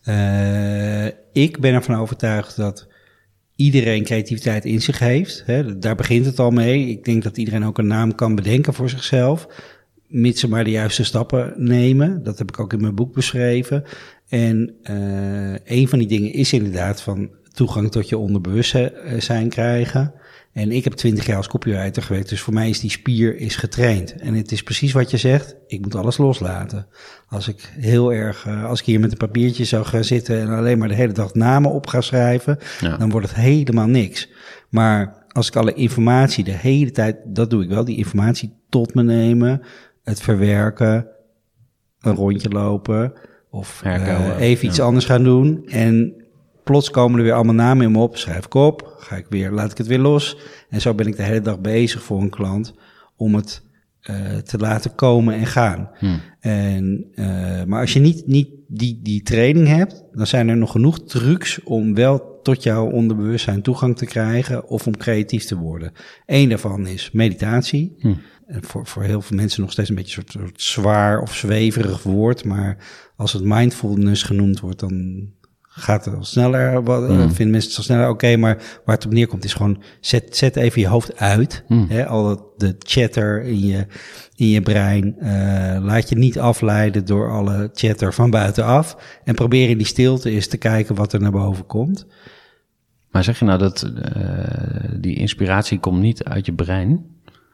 ik ben ervan overtuigd dat iedereen creativiteit in zich heeft. Hè? Daar begint het al mee. Ik denk dat iedereen ook een naam kan bedenken voor zichzelf, mits ze maar de juiste stappen nemen. Dat heb ik ook in mijn boek beschreven. En een van die dingen is inderdaad van toegang tot je onderbewustzijn krijgen. En ik heb 20 jaar als copywriter gewerkt, dus voor mij is die spier getraind. En het is precies wat je zegt, ik moet alles loslaten. Als ik hier met een papiertje zou gaan zitten en alleen maar de hele dag namen op ga schrijven, dan wordt het helemaal niks. Maar als ik alle informatie de hele tijd, dat doe ik wel, die informatie tot me nemen, het verwerken, een rondje lopen of even iets anders gaan doen. En plots komen er weer allemaal namen in me op, schrijf ik op, laat ik het weer los. En zo ben ik de hele dag bezig voor een klant om het te laten komen en gaan. Maar als je niet die training hebt, dan zijn er nog genoeg trucs om wel tot jouw onderbewustzijn toegang te krijgen of om creatief te worden. Eén daarvan is meditatie. En voor heel veel mensen nog steeds een beetje een soort zwaar of zweverig woord, maar als het mindfulness genoemd wordt, dan gaat het al sneller, vinden mensen het al sneller oké, maar waar het op neerkomt is gewoon, zet even je hoofd uit. Hè, al de chatter in je brein, laat je niet afleiden door alle chatter van buitenaf en probeer in die stilte eens te kijken wat er naar boven komt. Maar zeg je nou dat die inspiratie komt niet uit je brein?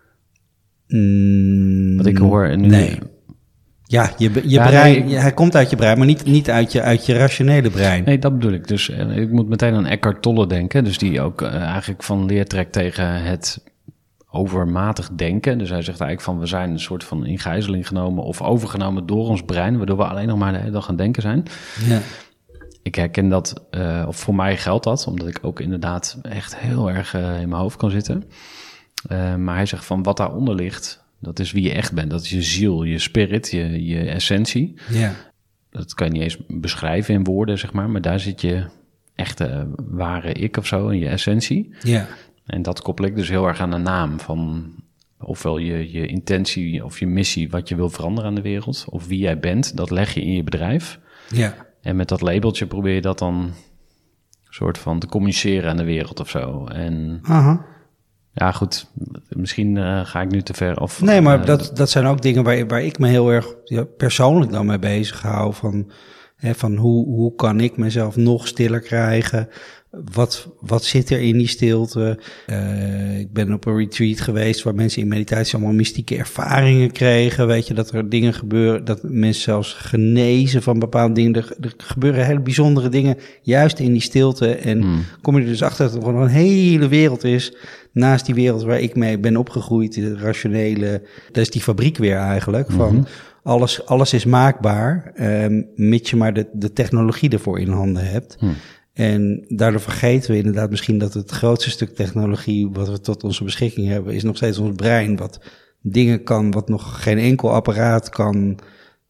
Wat ik hoor nu... Nee. Ja, je brein, hij komt uit je brein, maar niet uit je rationele brein. Nee, dat bedoel ik. Dus ik moet meteen aan Eckhart Tolle denken. Dus die ook eigenlijk van leer trekt tegen het overmatig denken. Dus hij zegt eigenlijk van we zijn een soort van in gijzeling genomen of overgenomen door ons brein, waardoor we alleen nog maar de hele dag aan het denken zijn. Ja. Ik herken dat, of voor mij geldt dat, omdat ik ook inderdaad echt heel erg in mijn hoofd kan zitten. Maar hij zegt van wat daaronder ligt, dat is wie je echt bent. Dat is je ziel, je spirit, je essentie. Ja. Dat kan je niet eens beschrijven in woorden, zeg maar daar zit je echte ware ik of zo, in je essentie. Ja. En dat koppel ik dus heel erg aan de naam van ofwel je intentie of je missie, wat je wil veranderen aan de wereld, of wie jij bent, dat leg je in je bedrijf. Ja. En met dat labeltje probeer je dat dan soort van te communiceren aan de wereld of zo. En ja, goed, misschien ga ik nu te ver. Of, nee, maar dat zijn ook dingen waar ik me heel erg persoonlijk dan mee bezig hou. Van hoe kan ik mezelf nog stiller krijgen? Wat zit er in die stilte? Ik ben op een retreat geweest waar mensen in meditatie allemaal mystieke ervaringen kregen. Weet je, dat er dingen gebeuren, dat mensen zelfs genezen van bepaalde dingen. Er gebeuren hele bijzondere dingen, juist in die stilte. En kom je er dus achter dat er gewoon een hele wereld is, naast die wereld waar ik mee ben opgegroeid, de rationele, dat is die fabriek weer eigenlijk, van alles is maakbaar, mits je maar de technologie ervoor in handen hebt. En daardoor vergeten we inderdaad misschien dat het grootste stuk technologie wat we tot onze beschikking hebben, is nog steeds ons brein, wat dingen kan, wat nog geen enkel apparaat kan,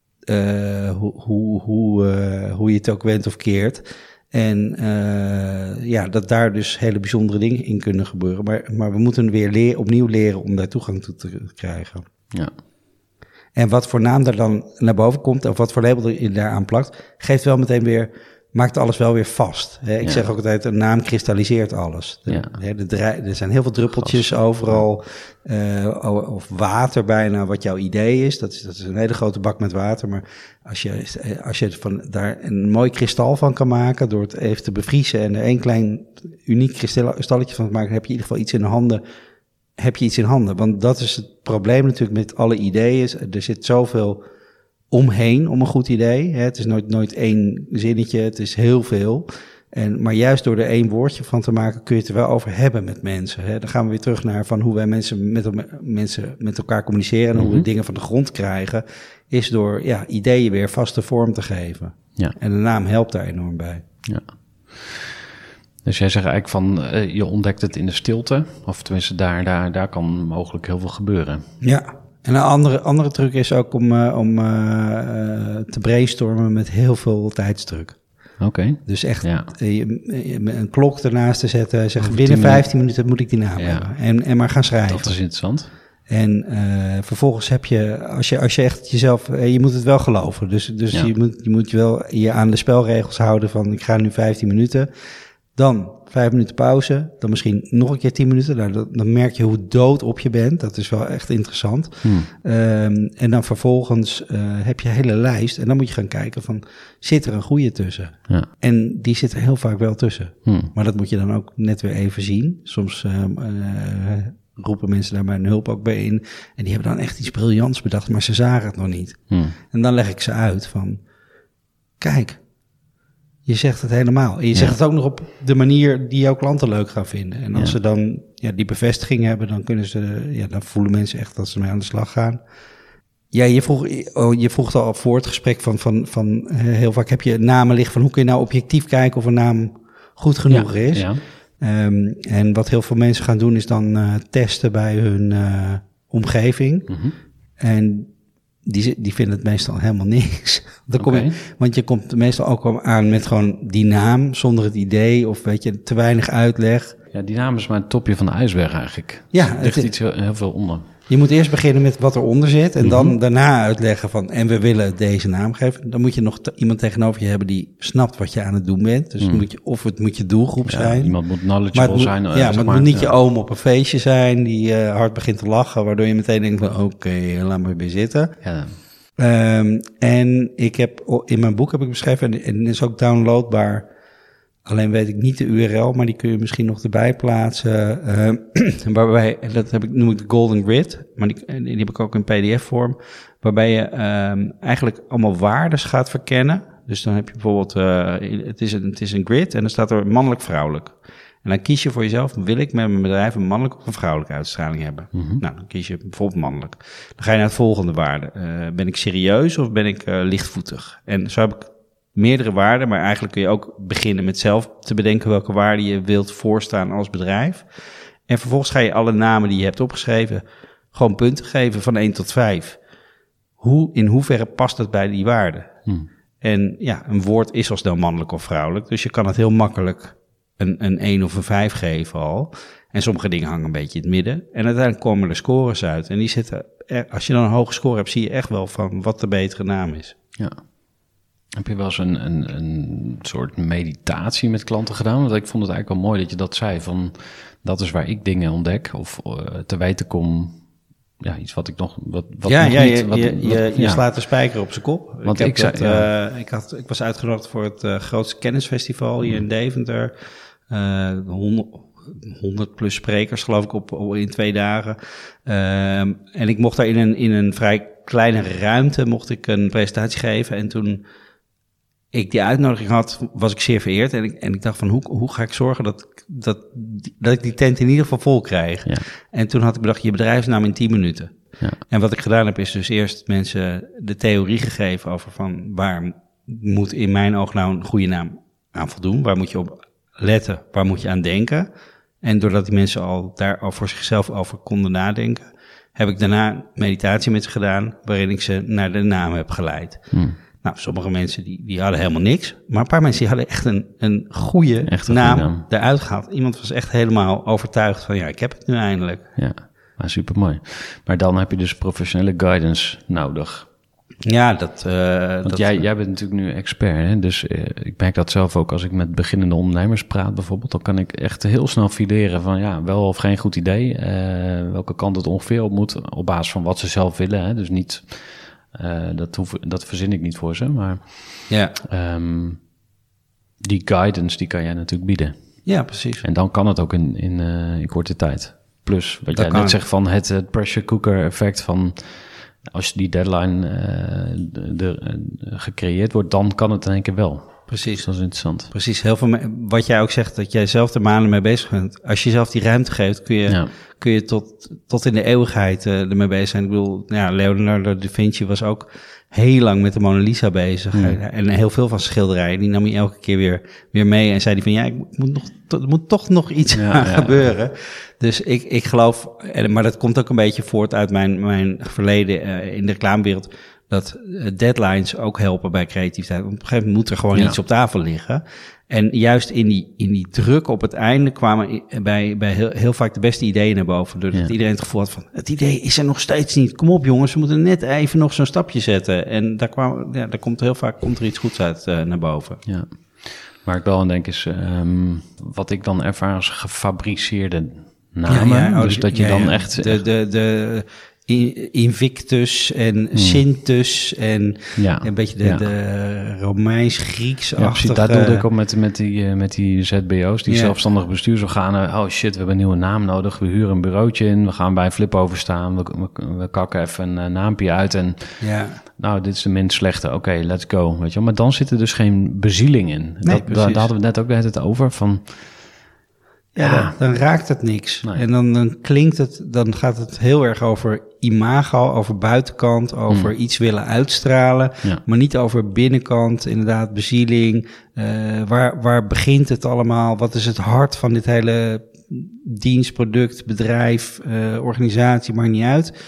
hoe je het ook wendt of keert. En dat daar dus hele bijzondere dingen in kunnen gebeuren. Maar we moeten weer opnieuw leren om daar toegang toe te krijgen. Ja. En wat voor naam er dan naar boven komt, of wat voor label er daaraan plakt, geeft wel meteen weer, maakt alles wel weer vast. Hè? Ik zeg ook altijd, een naam kristalliseert alles. Er zijn heel veel druppeltjes overal, of water bijna, wat jouw idee is. Dat is een hele grote bak met water. Maar als je daar een mooi kristal van kan maken, door het even te bevriezen en er één klein uniek kristalletje van te maken, heb je in ieder geval iets in handen. Want dat is het probleem natuurlijk met alle ideeën. Er zit zoveel omheen om een goed idee. Het is nooit één zinnetje, het is heel veel. Maar juist door er één woordje van te maken, kun je het er wel over hebben met mensen. Dan gaan we weer terug naar van hoe wij mensen met elkaar communiceren en hoe we dingen van de grond krijgen, is door ideeën weer vaste vorm te geven. Ja. En de naam helpt daar enorm bij. Ja. Dus jij zegt eigenlijk van, je ontdekt het in de stilte, of tenminste daar kan mogelijk heel veel gebeuren. Ja. En een andere truc is ook om te brainstormen met heel veel tijdsdruk. Oké. Dus echt een klok ernaast te zetten, zeggen binnen 15 minuten moet ik die naam hebben. En maar gaan schrijven. Dat is interessant. En vervolgens heb je, als je echt jezelf, je moet het wel geloven. Dus je moet wel je aan de spelregels houden van ik ga nu 15 minuten. Dan 5 minuten pauze, dan misschien nog een keer 10 minuten. Nou, dan merk je hoe dood op je bent. Dat is wel echt interessant. En dan vervolgens heb je een hele lijst. En dan moet je gaan kijken van, zit er een goede tussen? Ja. En die zit er heel vaak wel tussen. Maar dat moet je dan ook net weer even zien. Soms roepen mensen daar mijn hulp ook bij in. En die hebben dan echt iets briljants bedacht, maar ze zagen het nog niet. En dan leg ik ze uit van, kijk, je zegt het helemaal. En je zegt het ook nog op de manier die jouw klanten leuk gaan vinden. En als ze dan die bevestiging hebben, dan kunnen ze, dan voelen mensen echt dat ze mee aan de slag gaan. Ja, je vroeg al voor het gesprek van heel vaak heb je namen liggen van hoe kun je nou objectief kijken of een naam goed genoeg is. Ja. En wat heel veel mensen gaan doen is dan testen bij hun omgeving. En die vinden het meestal helemaal niks. Want je komt meestal ook al aan met gewoon die naam zonder het idee of weet je, te weinig uitleg. Ja, die naam is maar het topje van de ijsberg eigenlijk. Ja, er ligt iets heel veel onder. Je moet eerst beginnen met wat eronder zit en dan daarna uitleggen van, en we willen deze naam geven. Dan moet je nog iemand tegenover je hebben die snapt wat je aan het doen bent. Dus het moet je doelgroep zijn. Iemand moet knowledgeable zijn. Maar het moet niet je oom op een feestje zijn die hard begint te lachen, waardoor je meteen denkt van oké, laat maar weer zitten. Ja. En ik heb in mijn boek heb ik beschreven, en is ook downloadbaar. Alleen weet ik niet de URL, maar die kun je misschien nog erbij plaatsen. Waarbij, noem ik de Golden Grid, maar die heb ik ook in PDF-vorm. Waarbij je eigenlijk allemaal waardes gaat verkennen. Dus dan heb je bijvoorbeeld, het is een grid en dan staat er mannelijk-vrouwelijk. En dan kies je voor jezelf, wil ik met mijn bedrijf een mannelijke of een vrouwelijke uitstraling hebben? Nou, dan kies je bijvoorbeeld mannelijk. Dan ga je naar het volgende waarde. Ben ik serieus of ben ik lichtvoetig? En zo heb ik meerdere waarden, maar eigenlijk kun je ook beginnen met zelf te bedenken welke waarden je wilt voorstaan als bedrijf. En vervolgens ga je alle namen die je hebt opgeschreven gewoon punten geven van 1 tot 5. In hoeverre past het bij die waarden? En ja, een woord is al snel mannelijk of vrouwelijk, dus je kan het heel makkelijk een 1 of een 5 geven al. En sommige dingen hangen een beetje in het midden. En uiteindelijk komen er scores uit. En die zitten, als je dan een hoge score hebt, zie je echt wel van wat de betere naam is. Ja. Heb je wel eens een soort meditatie met klanten gedaan? Want ik vond het eigenlijk wel mooi dat je dat zei. Van, dat is waar ik dingen ontdek. Of te weten kom, ja, iets wat ik nog... Je slaat de spijker op zijn kop. Want ik was uitgenodigd voor het grootste kennisfestival hier in Deventer. 100 plus sprekers, geloof ik, in 2 dagen. En ik mocht daar in een vrij kleine ruimte mocht ik een presentatie geven. En toen ik die uitnodiging had, was ik zeer vereerd. En ik dacht van, hoe ga ik zorgen dat ik die tent in ieder geval vol krijg? Ja. En toen had ik bedacht, je bedrijfsnaam in 10 minuten. Ja. En wat ik gedaan heb, is dus eerst mensen de theorie gegeven over van, waar moet in mijn oog nou een goede naam aan voldoen? Waar moet je op letten? Waar moet je aan denken? En doordat die mensen al daar al voor zichzelf over konden nadenken, heb ik daarna meditatie met ze gedaan, waarin ik ze naar de naam heb geleid. Nou, sommige mensen die hadden helemaal niks, maar een paar mensen die hadden echt een goede naam eruit gehaald. Iemand was echt helemaal overtuigd van, ja, ik heb het nu eindelijk. Ja, maar supermooi. Maar dan heb je dus professionele guidance nodig. Ja, Want jij bent natuurlijk nu expert, hè? Dus ik merk dat zelf ook als ik met beginnende ondernemers praat bijvoorbeeld. Dan kan ik echt heel snel fileren van ja, wel of geen goed idee. Welke kant het ongeveer op moet, op basis van wat ze zelf willen. Hè? Dus niet, dat verzin ik niet voor ze. Maar die guidance, die kan jij natuurlijk bieden. Ja, precies. En dan kan het ook in korte tijd. Plus, wat jij net zegt van het pressure cooker effect van, als die deadline gecreëerd wordt, dan kan het in één keer wel. Precies. Dat is interessant. Precies. Heel veel wat jij ook zegt, dat jij zelf er maanden mee bezig bent. Als je zelf die ruimte geeft, kun je tot in de eeuwigheid ermee bezig zijn. Ik bedoel, ja, Leonardo da Vinci was ook heel lang met de Mona Lisa bezig. En heel veel van schilderijen, die nam hij elke keer weer mee. En zei hij van, ja, er moet toch nog iets aan gebeuren. Dus ik geloof, maar dat komt ook een beetje voort uit mijn verleden in de reclamewereld, dat deadlines ook helpen bij creativiteit. Op een gegeven moment moet er gewoon iets op tafel liggen. En juist in die druk op het einde kwamen bij heel vaak de beste ideeën naar boven. Doordat iedereen het gevoel had van, het idee is er nog steeds niet. Kom op jongens, we moeten net even nog zo'n stapje zetten. En daar komt heel vaak iets goeds uit naar boven. Ja. Waar ik wel aan denk is, wat ik dan ervaar als gefabriceerde namen. Dus dat je dan echt... De Invictus en Sintus en een beetje de Romeins-Grieks-achtige... Ja, daar doelde ik op met die ZBO's, die zelfstandige bestuursorganen. Oh shit, we hebben een nieuwe naam nodig. We huren een bureautje in, we gaan bij een flip over staan. We kakken even een naampje uit en... Nou, dit is de minst slechte. Oké, let's go. Weet je wel? Maar dan zit er dus geen bezieling in. Nee, daar hadden we het net ook de hele tijd over. Van, dan raakt het niks. Nee. En dan klinkt het, dan gaat het heel erg over imago, over buitenkant, over iets willen uitstralen, maar niet over binnenkant, inderdaad, bezieling. Waar begint het allemaal? Wat is het hart van dit hele dienst, product, bedrijf, organisatie, maakt niet uit.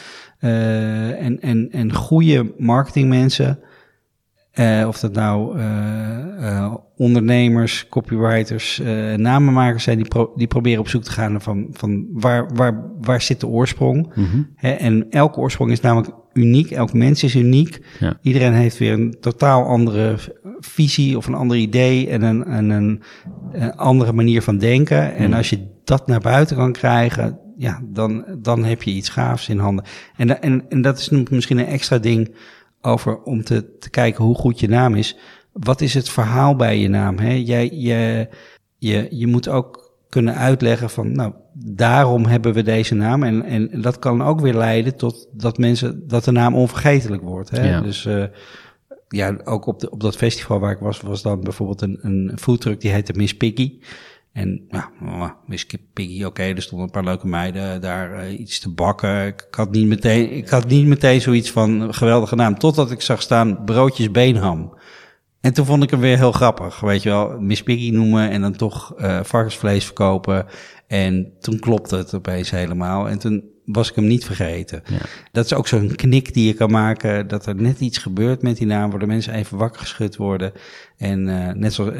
En goede marketingmensen, of dat nou ondernemers, copywriters, namenmakers zijn, die proberen op zoek te gaan van waar zit de oorsprong. En elke oorsprong is namelijk uniek, elk mens is uniek. Ja. Iedereen heeft weer een totaal andere visie of een ander idee en een andere manier van denken. En als je dat naar buiten kan krijgen, dan heb je iets gaafs in handen. En dat is misschien een extra ding om te kijken hoe goed je naam is. Wat is het verhaal bij je naam? Hè? Je moet ook kunnen uitleggen van, nou, daarom hebben we deze naam. En dat kan ook weer leiden tot dat de naam onvergetelijk wordt. Hè? Ja. Dus ook op dat festival waar ik was dan bijvoorbeeld een foodtruck die heette Miss Piggy. En Miss Piggy, oké, er stonden een paar leuke meiden daar iets te bakken. Ik had niet meteen zoiets van geweldige naam, totdat ik zag staan broodjes beenham. En toen vond ik hem weer heel grappig, weet je wel, Miss Piggy noemen en dan toch varkensvlees verkopen. En toen klopte het opeens helemaal en toen was ik hem niet vergeten. Ja. Dat is ook zo'n knik die je kan maken, dat er net iets gebeurt met die naam, waar de mensen even wakker geschud worden. En net zoals,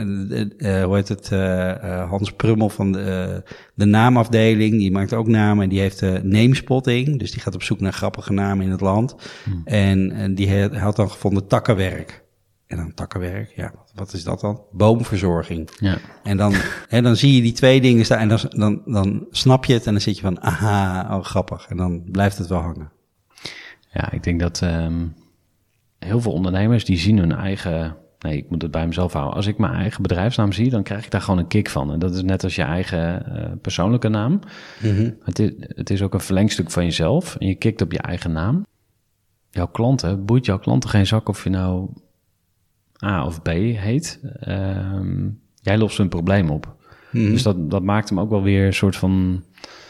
Hans Prummel van de naamafdeling, die maakt ook namen en die heeft namespotting, dus die gaat op zoek naar grappige namen in het land. En die had dan gevonden takkenwerk. En dan takkenwerk, wat is dat dan? Boomverzorging. Ja. En dan zie je die twee dingen staan en dan snap je het en dan zit je van, aha, grappig. En dan blijft het wel hangen. Ja, ik denk dat heel veel ondernemers die zien hun eigen... Nee, ik moet het bij mezelf houden. Als ik mijn eigen bedrijfsnaam zie, dan krijg ik daar gewoon een kick van. En dat is net als je eigen persoonlijke naam. Mm-hmm. Het is ook een verlengstuk van jezelf. En je kikt op je eigen naam. Boeit jouw klanten geen zak of je nou A of B heet. Jij lost hun probleem op. Mm-hmm. Dus dat maakt hem ook wel weer een soort van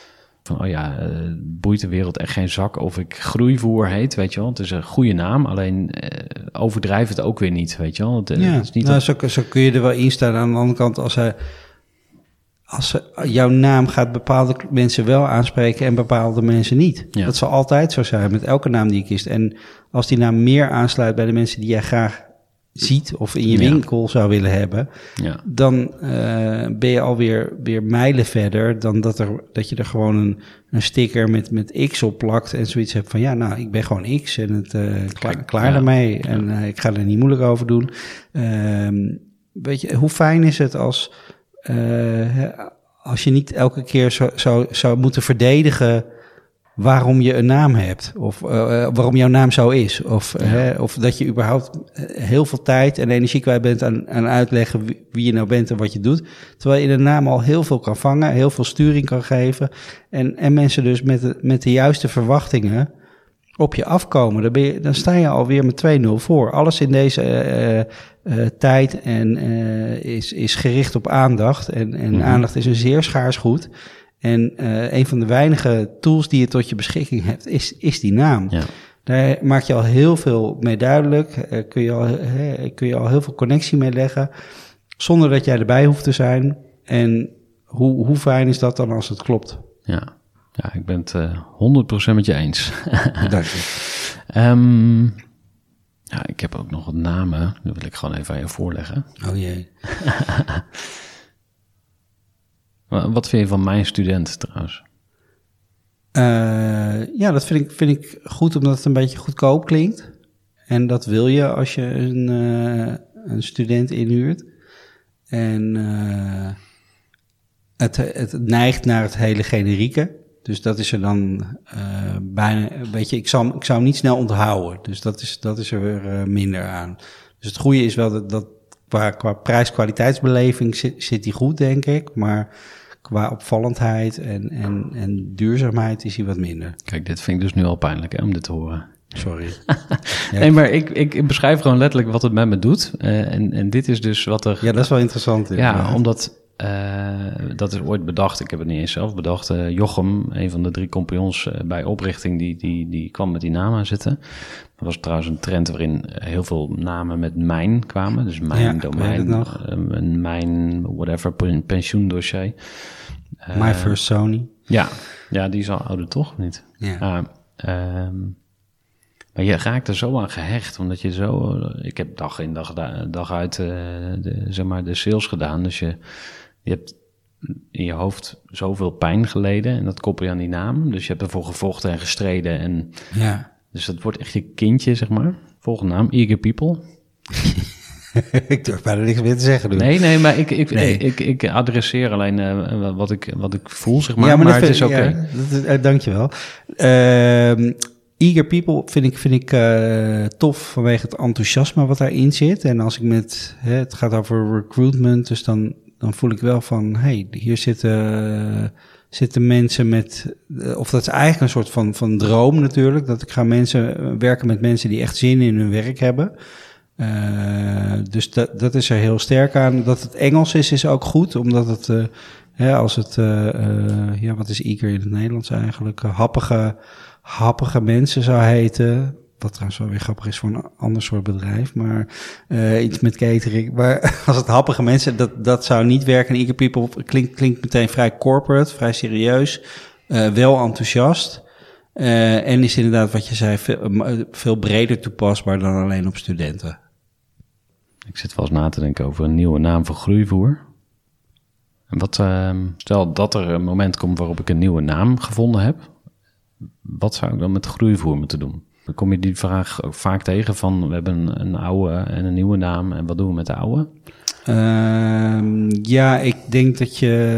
boeit de wereld echt geen zak of ik Groeivoer heet, weet je wel. Het is een goede naam, alleen overdrijf het ook weer niet, weet je wel. Het is niet zo kun je er wel in staan. Aan de andere kant, als jouw naam gaat bepaalde mensen wel aanspreken en bepaalde mensen niet. Ja. Dat zal altijd zo zijn met elke naam die je kiest. En als die naam meer aansluit bij de mensen die jij graag ziet of in je winkel zou willen hebben, dan ben je alweer mijlen verder dan dat je er gewoon een sticker met X op plakt en zoiets hebt van ik ben gewoon X en het klaar daarmee en ik ga er niet moeilijk over doen. Weet je, hoe fijn is het als je niet elke keer zou moeten verdedigen waarom je een naam hebt, of waarom jouw naam zo is, of dat je überhaupt heel veel tijd en energie kwijt bent aan uitleggen wie je nou bent en wat je doet, terwijl je de naam al heel veel kan vangen, heel veel sturing kan geven en mensen dus met de juiste verwachtingen op je afkomen, dan sta je alweer met 2-0 voor. Alles in deze tijd is gericht op aandacht en aandacht is een zeer schaars goed. En een van de weinige tools die je tot je beschikking hebt, is die naam. Ja. Daar maak je al heel veel mee duidelijk. Kun je al heel veel connectie mee leggen, zonder dat jij erbij hoeft te zijn. En hoe fijn is dat dan als het klopt? Ja, ik ben het 100% met je eens. Dank je. Ik heb ook nog wat namen. Die wil ik gewoon even aan je voorleggen. Oh jee. Wat vind je van mijn student trouwens? Dat vind ik goed, omdat het een beetje goedkoop klinkt. En dat wil je als je een student inhuurt. En het neigt naar het hele generieke. Dus dat is er dan bijna, weet je, ik zou hem niet snel onthouden. Dus dat is er weer minder aan. Dus het goede is wel dat qua prijs-kwaliteitsbeleving zit die goed, denk ik. Maar qua opvallendheid en duurzaamheid is hij wat minder. Kijk, dit vind ik dus nu al pijnlijk hè, om dit te horen. Sorry. Nee, maar ik beschrijf gewoon letterlijk wat het met me doet. En dit is dus wat er... Ja, dat is wel interessant. Ja, omdat... dat is ooit bedacht, ik heb het niet eens zelf bedacht. Jochem, een van de 3 compagnons bij oprichting, die kwam met die naam aan zitten. Dat was trouwens een trend waarin heel veel namen met mijn kwamen. Dus mijn domein, mijn whatever, pensioendossier. My First Sony. Ja, die is al ouder toch? Niet? Ja. Maar je raakt er zo aan gehecht, omdat je zo... Ik heb dag in dag uit de sales gedaan, dus je hebt in je hoofd zoveel pijn geleden en dat koppel je aan die naam. Dus je hebt ervoor gevochten en gestreden. En, dus dat wordt echt je kindje, zeg maar. Volgende naam, Eager People. Ik durf bijna niks meer te zeggen. Dus. Nee, maar ik adresseer alleen wat ik voel, zeg maar. Ja, maar het is oké. Dankjewel. Eager People vind ik tof vanwege het enthousiasme wat daarin zit. En als ik het gaat over recruitment, dus dan voel ik wel van, hier zitten mensen met, of dat is eigenlijk een soort van droom natuurlijk, dat ik ga werken met mensen die echt zin in hun werk hebben. Dus dat is er heel sterk aan. Dat het Engels is ook goed, omdat het, als het, wat is eager in het Nederlands eigenlijk? Happige mensen zou heten. Wat trouwens wel weer grappig is voor een ander soort bedrijf. Maar iets met catering. Maar als het happige mensen, dat zou niet werken. Eager People klinkt meteen vrij corporate, vrij serieus. Wel enthousiast. En is inderdaad wat je zei veel breder toepasbaar dan alleen op studenten. Ik zit wel eens na te denken over een nieuwe naam voor Groeivoer. En stel dat er een moment komt waarop ik een nieuwe naam gevonden heb. Wat zou ik dan met Groeivoer moeten doen? Dan kom je die vraag ook vaak tegen van, we hebben een oude en een nieuwe naam en wat doen we met de oude? Ik denk dat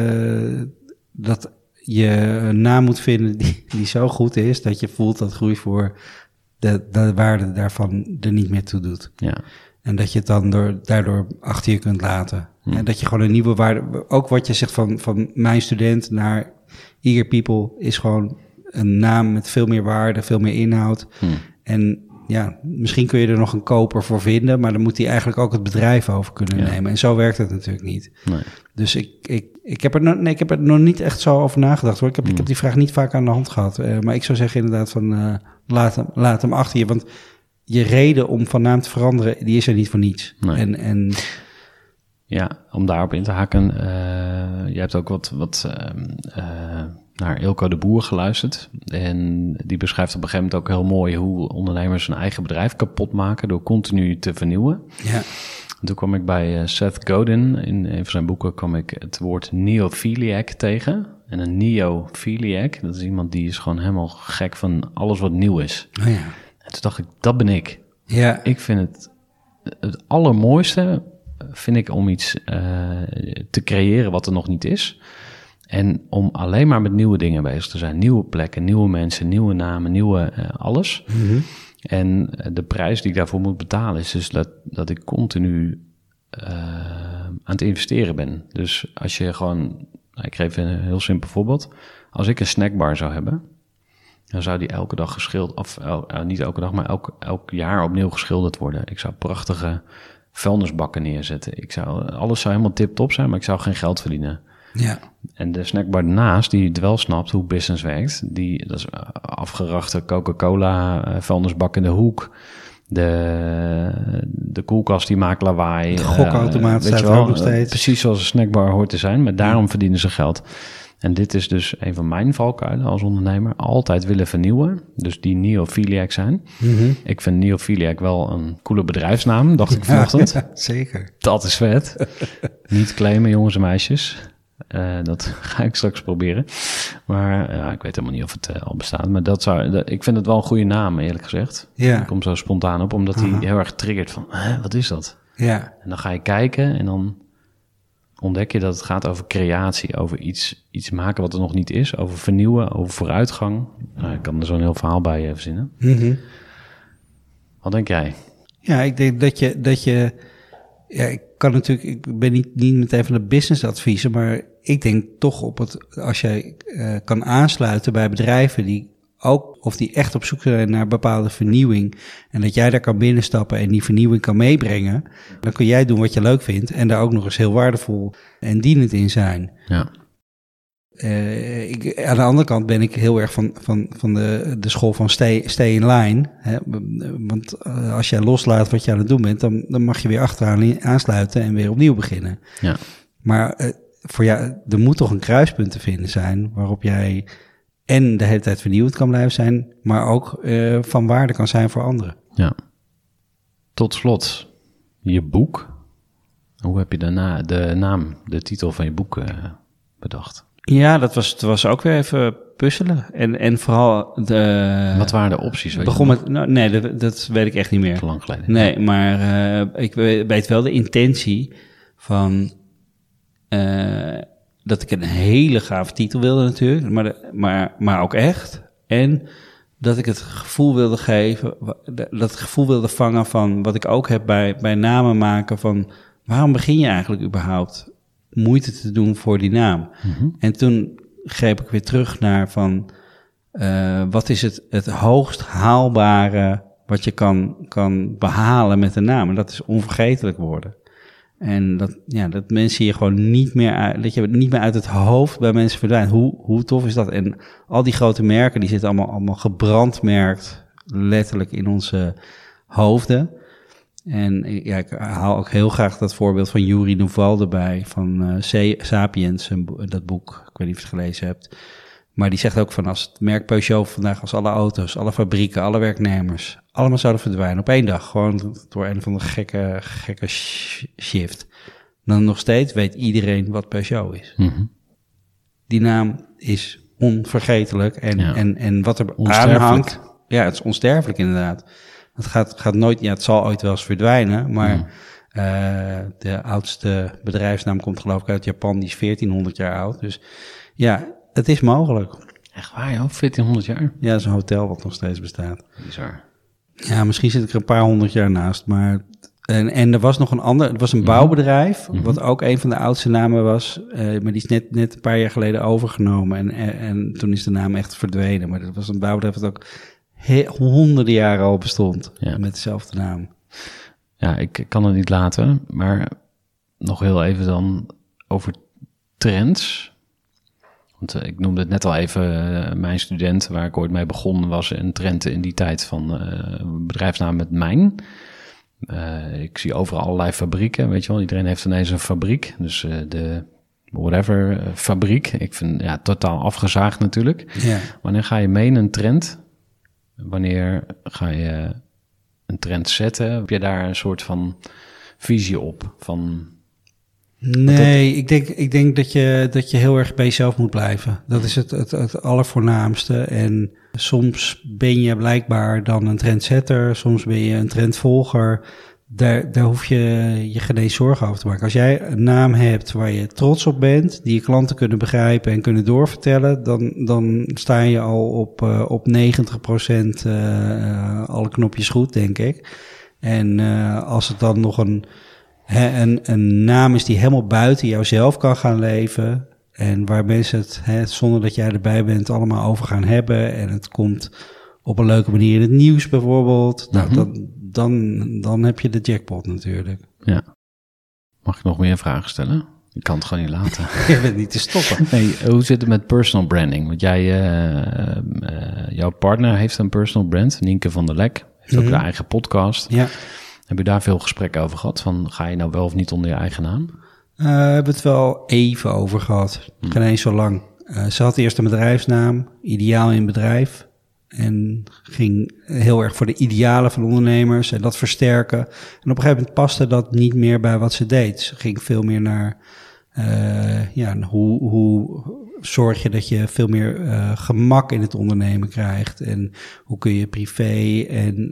je een naam moet vinden die zo goed is dat je voelt dat Groeivoer de waarde daarvan er niet meer toe doet. Ja. En dat je het dan daardoor achter je kunt laten. En dat je gewoon een nieuwe waarde, ook wat je zegt van mijn student naar Eager People is gewoon een naam met veel meer waarde, veel meer inhoud. En ja, misschien kun je er nog een koper voor vinden, maar dan moet hij eigenlijk ook het bedrijf over kunnen nemen. En zo werkt het natuurlijk niet. Nee. Dus ik heb er nog niet echt zo over nagedacht hoor. Ik heb die vraag niet vaak aan de hand gehad. Maar ik zou zeggen inderdaad van laat hem achter je. Want je reden om van naam te veranderen, die is er niet voor niets. Nee. Ja, om daarop in te haken. Je hebt ook wat naar Ilko de Boer geluisterd. En die beschrijft op een gegeven moment ook heel mooi hoe ondernemers hun eigen bedrijf kapot maken door continu te vernieuwen. Ja. En toen kwam ik bij Seth Godin, in een van zijn boeken kwam ik het woord neophiliac tegen. En een neophiliac, dat is iemand die is gewoon helemaal gek van alles wat nieuw is. Oh ja. En toen dacht ik, dat ben ik. Ja. Ik vind het allermooiste, vind ik om iets te creëren wat er nog niet is. En om alleen maar met nieuwe dingen bezig te zijn. Nieuwe plekken, nieuwe mensen, nieuwe namen, nieuwe alles. Mm-hmm. En de prijs die ik daarvoor moet betalen is dus dat ik continu aan het investeren ben. Dus als je gewoon, ik geef een heel simpel voorbeeld. Als ik een snackbar zou hebben, dan zou die elke dag geschilderd, of niet elke dag, maar elk jaar opnieuw geschilderd worden. Ik zou prachtige vuilnisbakken neerzetten. Alles zou helemaal tip-top zijn, maar ik zou geen geld verdienen. Ja. En de snackbar daarnaast, die het wel snapt hoe business werkt, dat is afgerachte Coca-Cola, vuilnisbak in de hoek, de koelkast die maakt lawaai. De gokautomaat staat er ook nog steeds. Precies zoals een snackbar hoort te zijn, maar daarom verdienen ze geld. En dit is dus een van mijn valkuilen als ondernemer. Altijd willen vernieuwen. Dus die neophiliac zijn. Mm-hmm. Ik vind neophiliac wel een coole bedrijfsnaam, dacht ik vanochtend. Ja, zeker. Dat is vet. Niet claimen, jongens en meisjes. Dat ga ik straks proberen. Maar ik weet helemaal niet of het al bestaat. Maar ik vind het wel een goede naam, eerlijk gezegd. Ja. Ik kom zo spontaan op, omdat hij heel erg triggert van, wat is dat? Ja. En dan ga je kijken en dan ontdek je dat het gaat over creatie, over iets maken wat er nog niet is, over vernieuwen, over vooruitgang. Ik kan er zo'n heel verhaal bij verzinnen. Mm-hmm. Wat denk jij? Ja, ik denk dat je ja, ik ben niet meteen van de businessadviezen, maar ik denk toch als jij kan aansluiten bij bedrijven die echt op zoek zijn naar bepaalde vernieuwing en dat jij daar kan binnenstappen en die vernieuwing kan meebrengen, dan kun jij doen wat je leuk vindt en daar ook nog eens heel waardevol en dienend in zijn. Ja. Aan de andere kant ben ik heel erg van de school van stay in line. Hè? Want als jij loslaat wat je aan het doen bent, dan mag je weer achteraan aansluiten en weer opnieuw beginnen. Ja. Maar voor jou, er moet toch een kruispunt te vinden zijn waarop jij en de hele tijd vernieuwend kan blijven zijn, maar ook van waarde kan zijn voor anderen. Ja. Tot slot, je boek. Hoe heb je daarna de titel van je boek bedacht? Ja, dat was ook weer even puzzelen. En vooral Wat waren de opties? Dat weet ik echt niet meer. Te lang geleden. Nee, maar ik weet wel de intentie van dat ik een hele gave titel wilde natuurlijk, maar ook echt. En dat ik het gevoel wilde geven, dat gevoel wilde vangen van wat ik ook heb bij namen maken van waarom begin je eigenlijk überhaupt moeite te doen voor die naam? Mm-hmm. En toen greep ik weer terug naar van wat is het hoogst haalbare wat je kan behalen met een naam? En dat is onvergetelijk worden. En dat mensen je gewoon niet meer dat je het niet meer uit het hoofd bij mensen verdwijnt. Hoe tof is dat? En al die grote merken, die zitten allemaal gebrandmerkt, letterlijk in onze hoofden. En ik haal ook heel graag dat voorbeeld van Yuri Nouval erbij, van Sapiens, dat boek. Ik weet niet of je het gelezen hebt. Maar die zegt ook van als het merk Peugeot vandaag, als alle auto's, alle fabrieken, alle werknemers, allemaal zouden verdwijnen op één dag. Gewoon door een van de gekke shift. Dan nog steeds weet iedereen wat Peugeot is. Mm-hmm. Die naam is onvergetelijk. En wat er aanhangt, ja, het is onsterfelijk inderdaad. Het gaat nooit, het zal ooit wel eens verdwijnen, maar de oudste bedrijfsnaam komt geloof ik uit Japan, die is 1400 jaar oud. Dus ja, het is mogelijk. Echt waar, joh? 1400 jaar? Ja, dat is een hotel wat nog steeds bestaat. Bizar. Ja, misschien zit ik er een paar honderd jaar naast, maar en er was nog een ander, het was een bouwbedrijf, wat ook een van de oudste namen was, maar die is net een paar jaar geleden overgenomen en toen is de naam echt verdwenen. Maar dat was een bouwbedrijf dat ook honderden jaren al bestond, met dezelfde naam. Ja, ik kan het niet laten, maar nog heel even dan over trends. Want ik noemde het net al even, mijn student waar ik ooit mee begon was een trend in die tijd van bedrijfsnaam met mijn. Ik zie overal allerlei fabrieken, weet je wel. Iedereen heeft ineens een fabriek, dus de whatever fabriek. Ik vind totaal afgezaagd natuurlijk. Ja. Wanneer ga je mee in een trend? Wanneer ga je een trend zetten? Heb je daar een soort van visie op? Nee, ik denk dat je heel erg bij jezelf moet blijven. Dat is het allervoornaamste. En soms ben je blijkbaar dan een trendsetter, soms ben je een trendvolger. Daar hoef je geen eens zorgen over te maken. Als jij een naam hebt waar je trots op bent, die je klanten kunnen begrijpen en kunnen doorvertellen, dan sta je al op 90% alle knopjes goed, denk ik. En als het dan nog een naam is die helemaal buiten jouzelf kan gaan leven en waar mensen het zonder dat jij erbij bent allemaal over gaan hebben en het komt op een leuke manier in het nieuws bijvoorbeeld, dan heb je de jackpot natuurlijk. Ja. Mag ik nog meer vragen stellen? Ik kan het gewoon niet laten. Je bent niet te stoppen. Nee, hoe zit het met personal branding? Want jouw partner heeft een personal brand, Nienke van der Lek, heeft ook een eigen podcast. Ja. Heb je daar veel gesprekken over gehad? Van ga je nou wel of niet onder je eigen naam? We hebben het wel even over gehad. Geen eens zo lang. Ze had eerst een bedrijfsnaam, ideaal in bedrijf. En ging heel erg voor de idealen van ondernemers en dat versterken. En op een gegeven moment paste dat niet meer bij wat ze deed. Ze ging veel meer naar Hoe zorg je dat je veel meer gemak in het ondernemen krijgt? En hoe kun je privé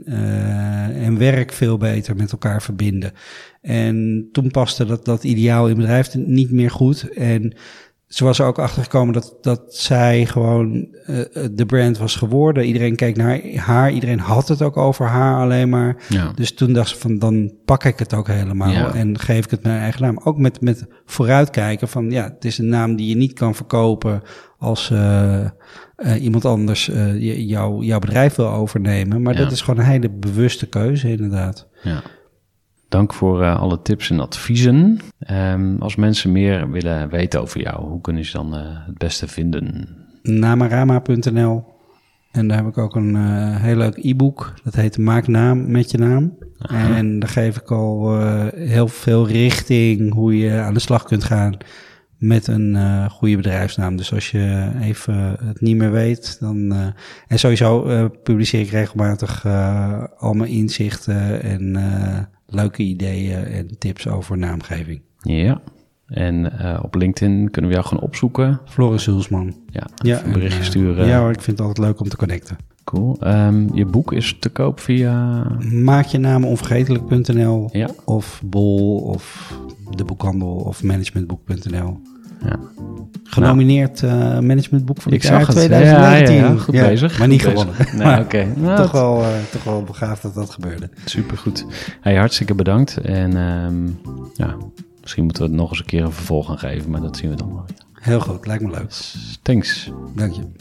en werk veel beter met elkaar verbinden? En toen paste dat ideaal in het bedrijf niet meer goed. En ze was er ook achter gekomen dat zij gewoon de brand was geworden. Iedereen keek naar haar. Iedereen had het ook over haar alleen maar. Ja. Dus toen dacht ze van, dan pak ik het ook helemaal en geef ik het mijn eigen naam. Ook met vooruitkijken van, het is een naam die je niet kan verkopen als iemand anders jouw bedrijf wil overnemen. Maar dat is gewoon een hele bewuste keuze inderdaad. Ja. Dank voor alle tips en adviezen. Als mensen meer willen weten over jou, hoe kunnen ze dan het beste vinden? Namarama.nl. En daar heb ik ook een heel leuk e-book. Dat heet Maak naam met je naam. Aha. En daar geef ik al heel veel richting hoe je aan de slag kunt gaan met een goede bedrijfsnaam. Dus als je even het niet meer weet, dan... en sowieso publiceer ik regelmatig al mijn inzichten en leuke ideeën en tips over naamgeving. Ja, en op LinkedIn kunnen we jou gaan opzoeken. Floris Hulsman. Ja, een berichtje sturen. Ja hoor, ik vind het altijd leuk om te connecten. Cool. Je boek is te koop via... Maakjenaamenonvergetelijk.nl of Bol of de boekhandel of managementboek.nl. Ja. Genomineerd managementboek van het jaar 2019. Ja, goed bezig. Maar niet gewonnen. Nee, oké. Nou, toch wel begaafd dat gebeurde. Supergoed. Hey, hartstikke bedankt. En misschien moeten we het nog eens een keer een vervolg gaan geven, maar dat zien we dan wel weer. Heel goed, lijkt me leuk. Thanks. Dank je.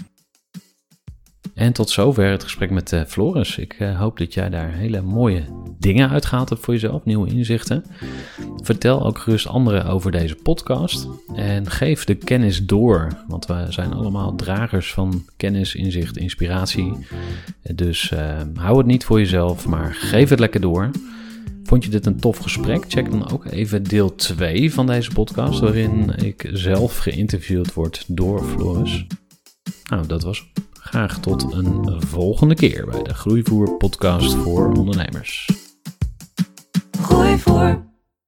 En tot zover het gesprek met Floris. Ik hoop dat jij daar hele mooie dingen uitgehaald hebt voor jezelf, nieuwe inzichten. Vertel ook gerust anderen over deze podcast en geef de kennis door, want we zijn allemaal dragers van kennis, inzicht, inspiratie. Dus hou het niet voor jezelf, maar geef het lekker door. Vond je dit een tof gesprek? Check dan ook even deel 2 van deze podcast, waarin ik zelf geïnterviewd word door Floris. Nou, dat was het. Graag tot een volgende keer bij de Groeivoer podcast voor ondernemers. Groeivoer.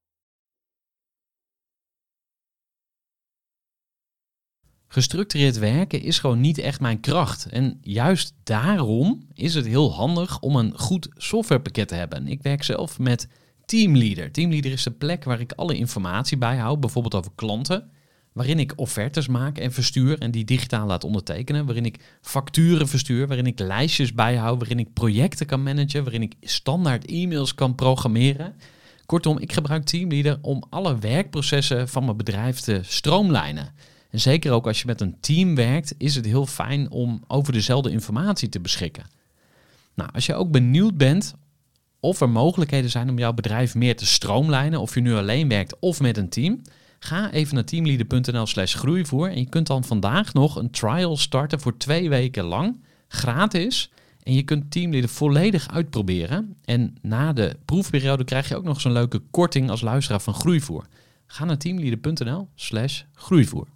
Gestructureerd werken is gewoon niet echt mijn kracht. En juist daarom is het heel handig om een goed softwarepakket te hebben. Ik werk zelf met Teamleader. Teamleader is de plek waar ik alle informatie bijhoud, bijvoorbeeld over klanten. Waarin ik offertes maak en verstuur en die digitaal laat ondertekenen. Waarin ik facturen verstuur, waarin ik lijstjes bijhoud, waarin ik projecten kan managen, waarin ik standaard e-mails kan programmeren. Kortom, ik gebruik Teamleader om alle werkprocessen van mijn bedrijf te stroomlijnen. En zeker ook als je met een team werkt, is het heel fijn om over dezelfde informatie te beschikken. Nou, als je ook benieuwd bent of er mogelijkheden zijn om jouw bedrijf meer te stroomlijnen, of je nu alleen werkt of met een team, ga even naar teamleader.nl/groeivoer en je kunt dan vandaag nog een trial starten voor 2 weken lang, gratis. En je kunt Teamleader volledig uitproberen. En na de proefperiode krijg je ook nog eens een leuke korting als luisteraar van Groeivoer. Ga naar teamleader.nl/groeivoer.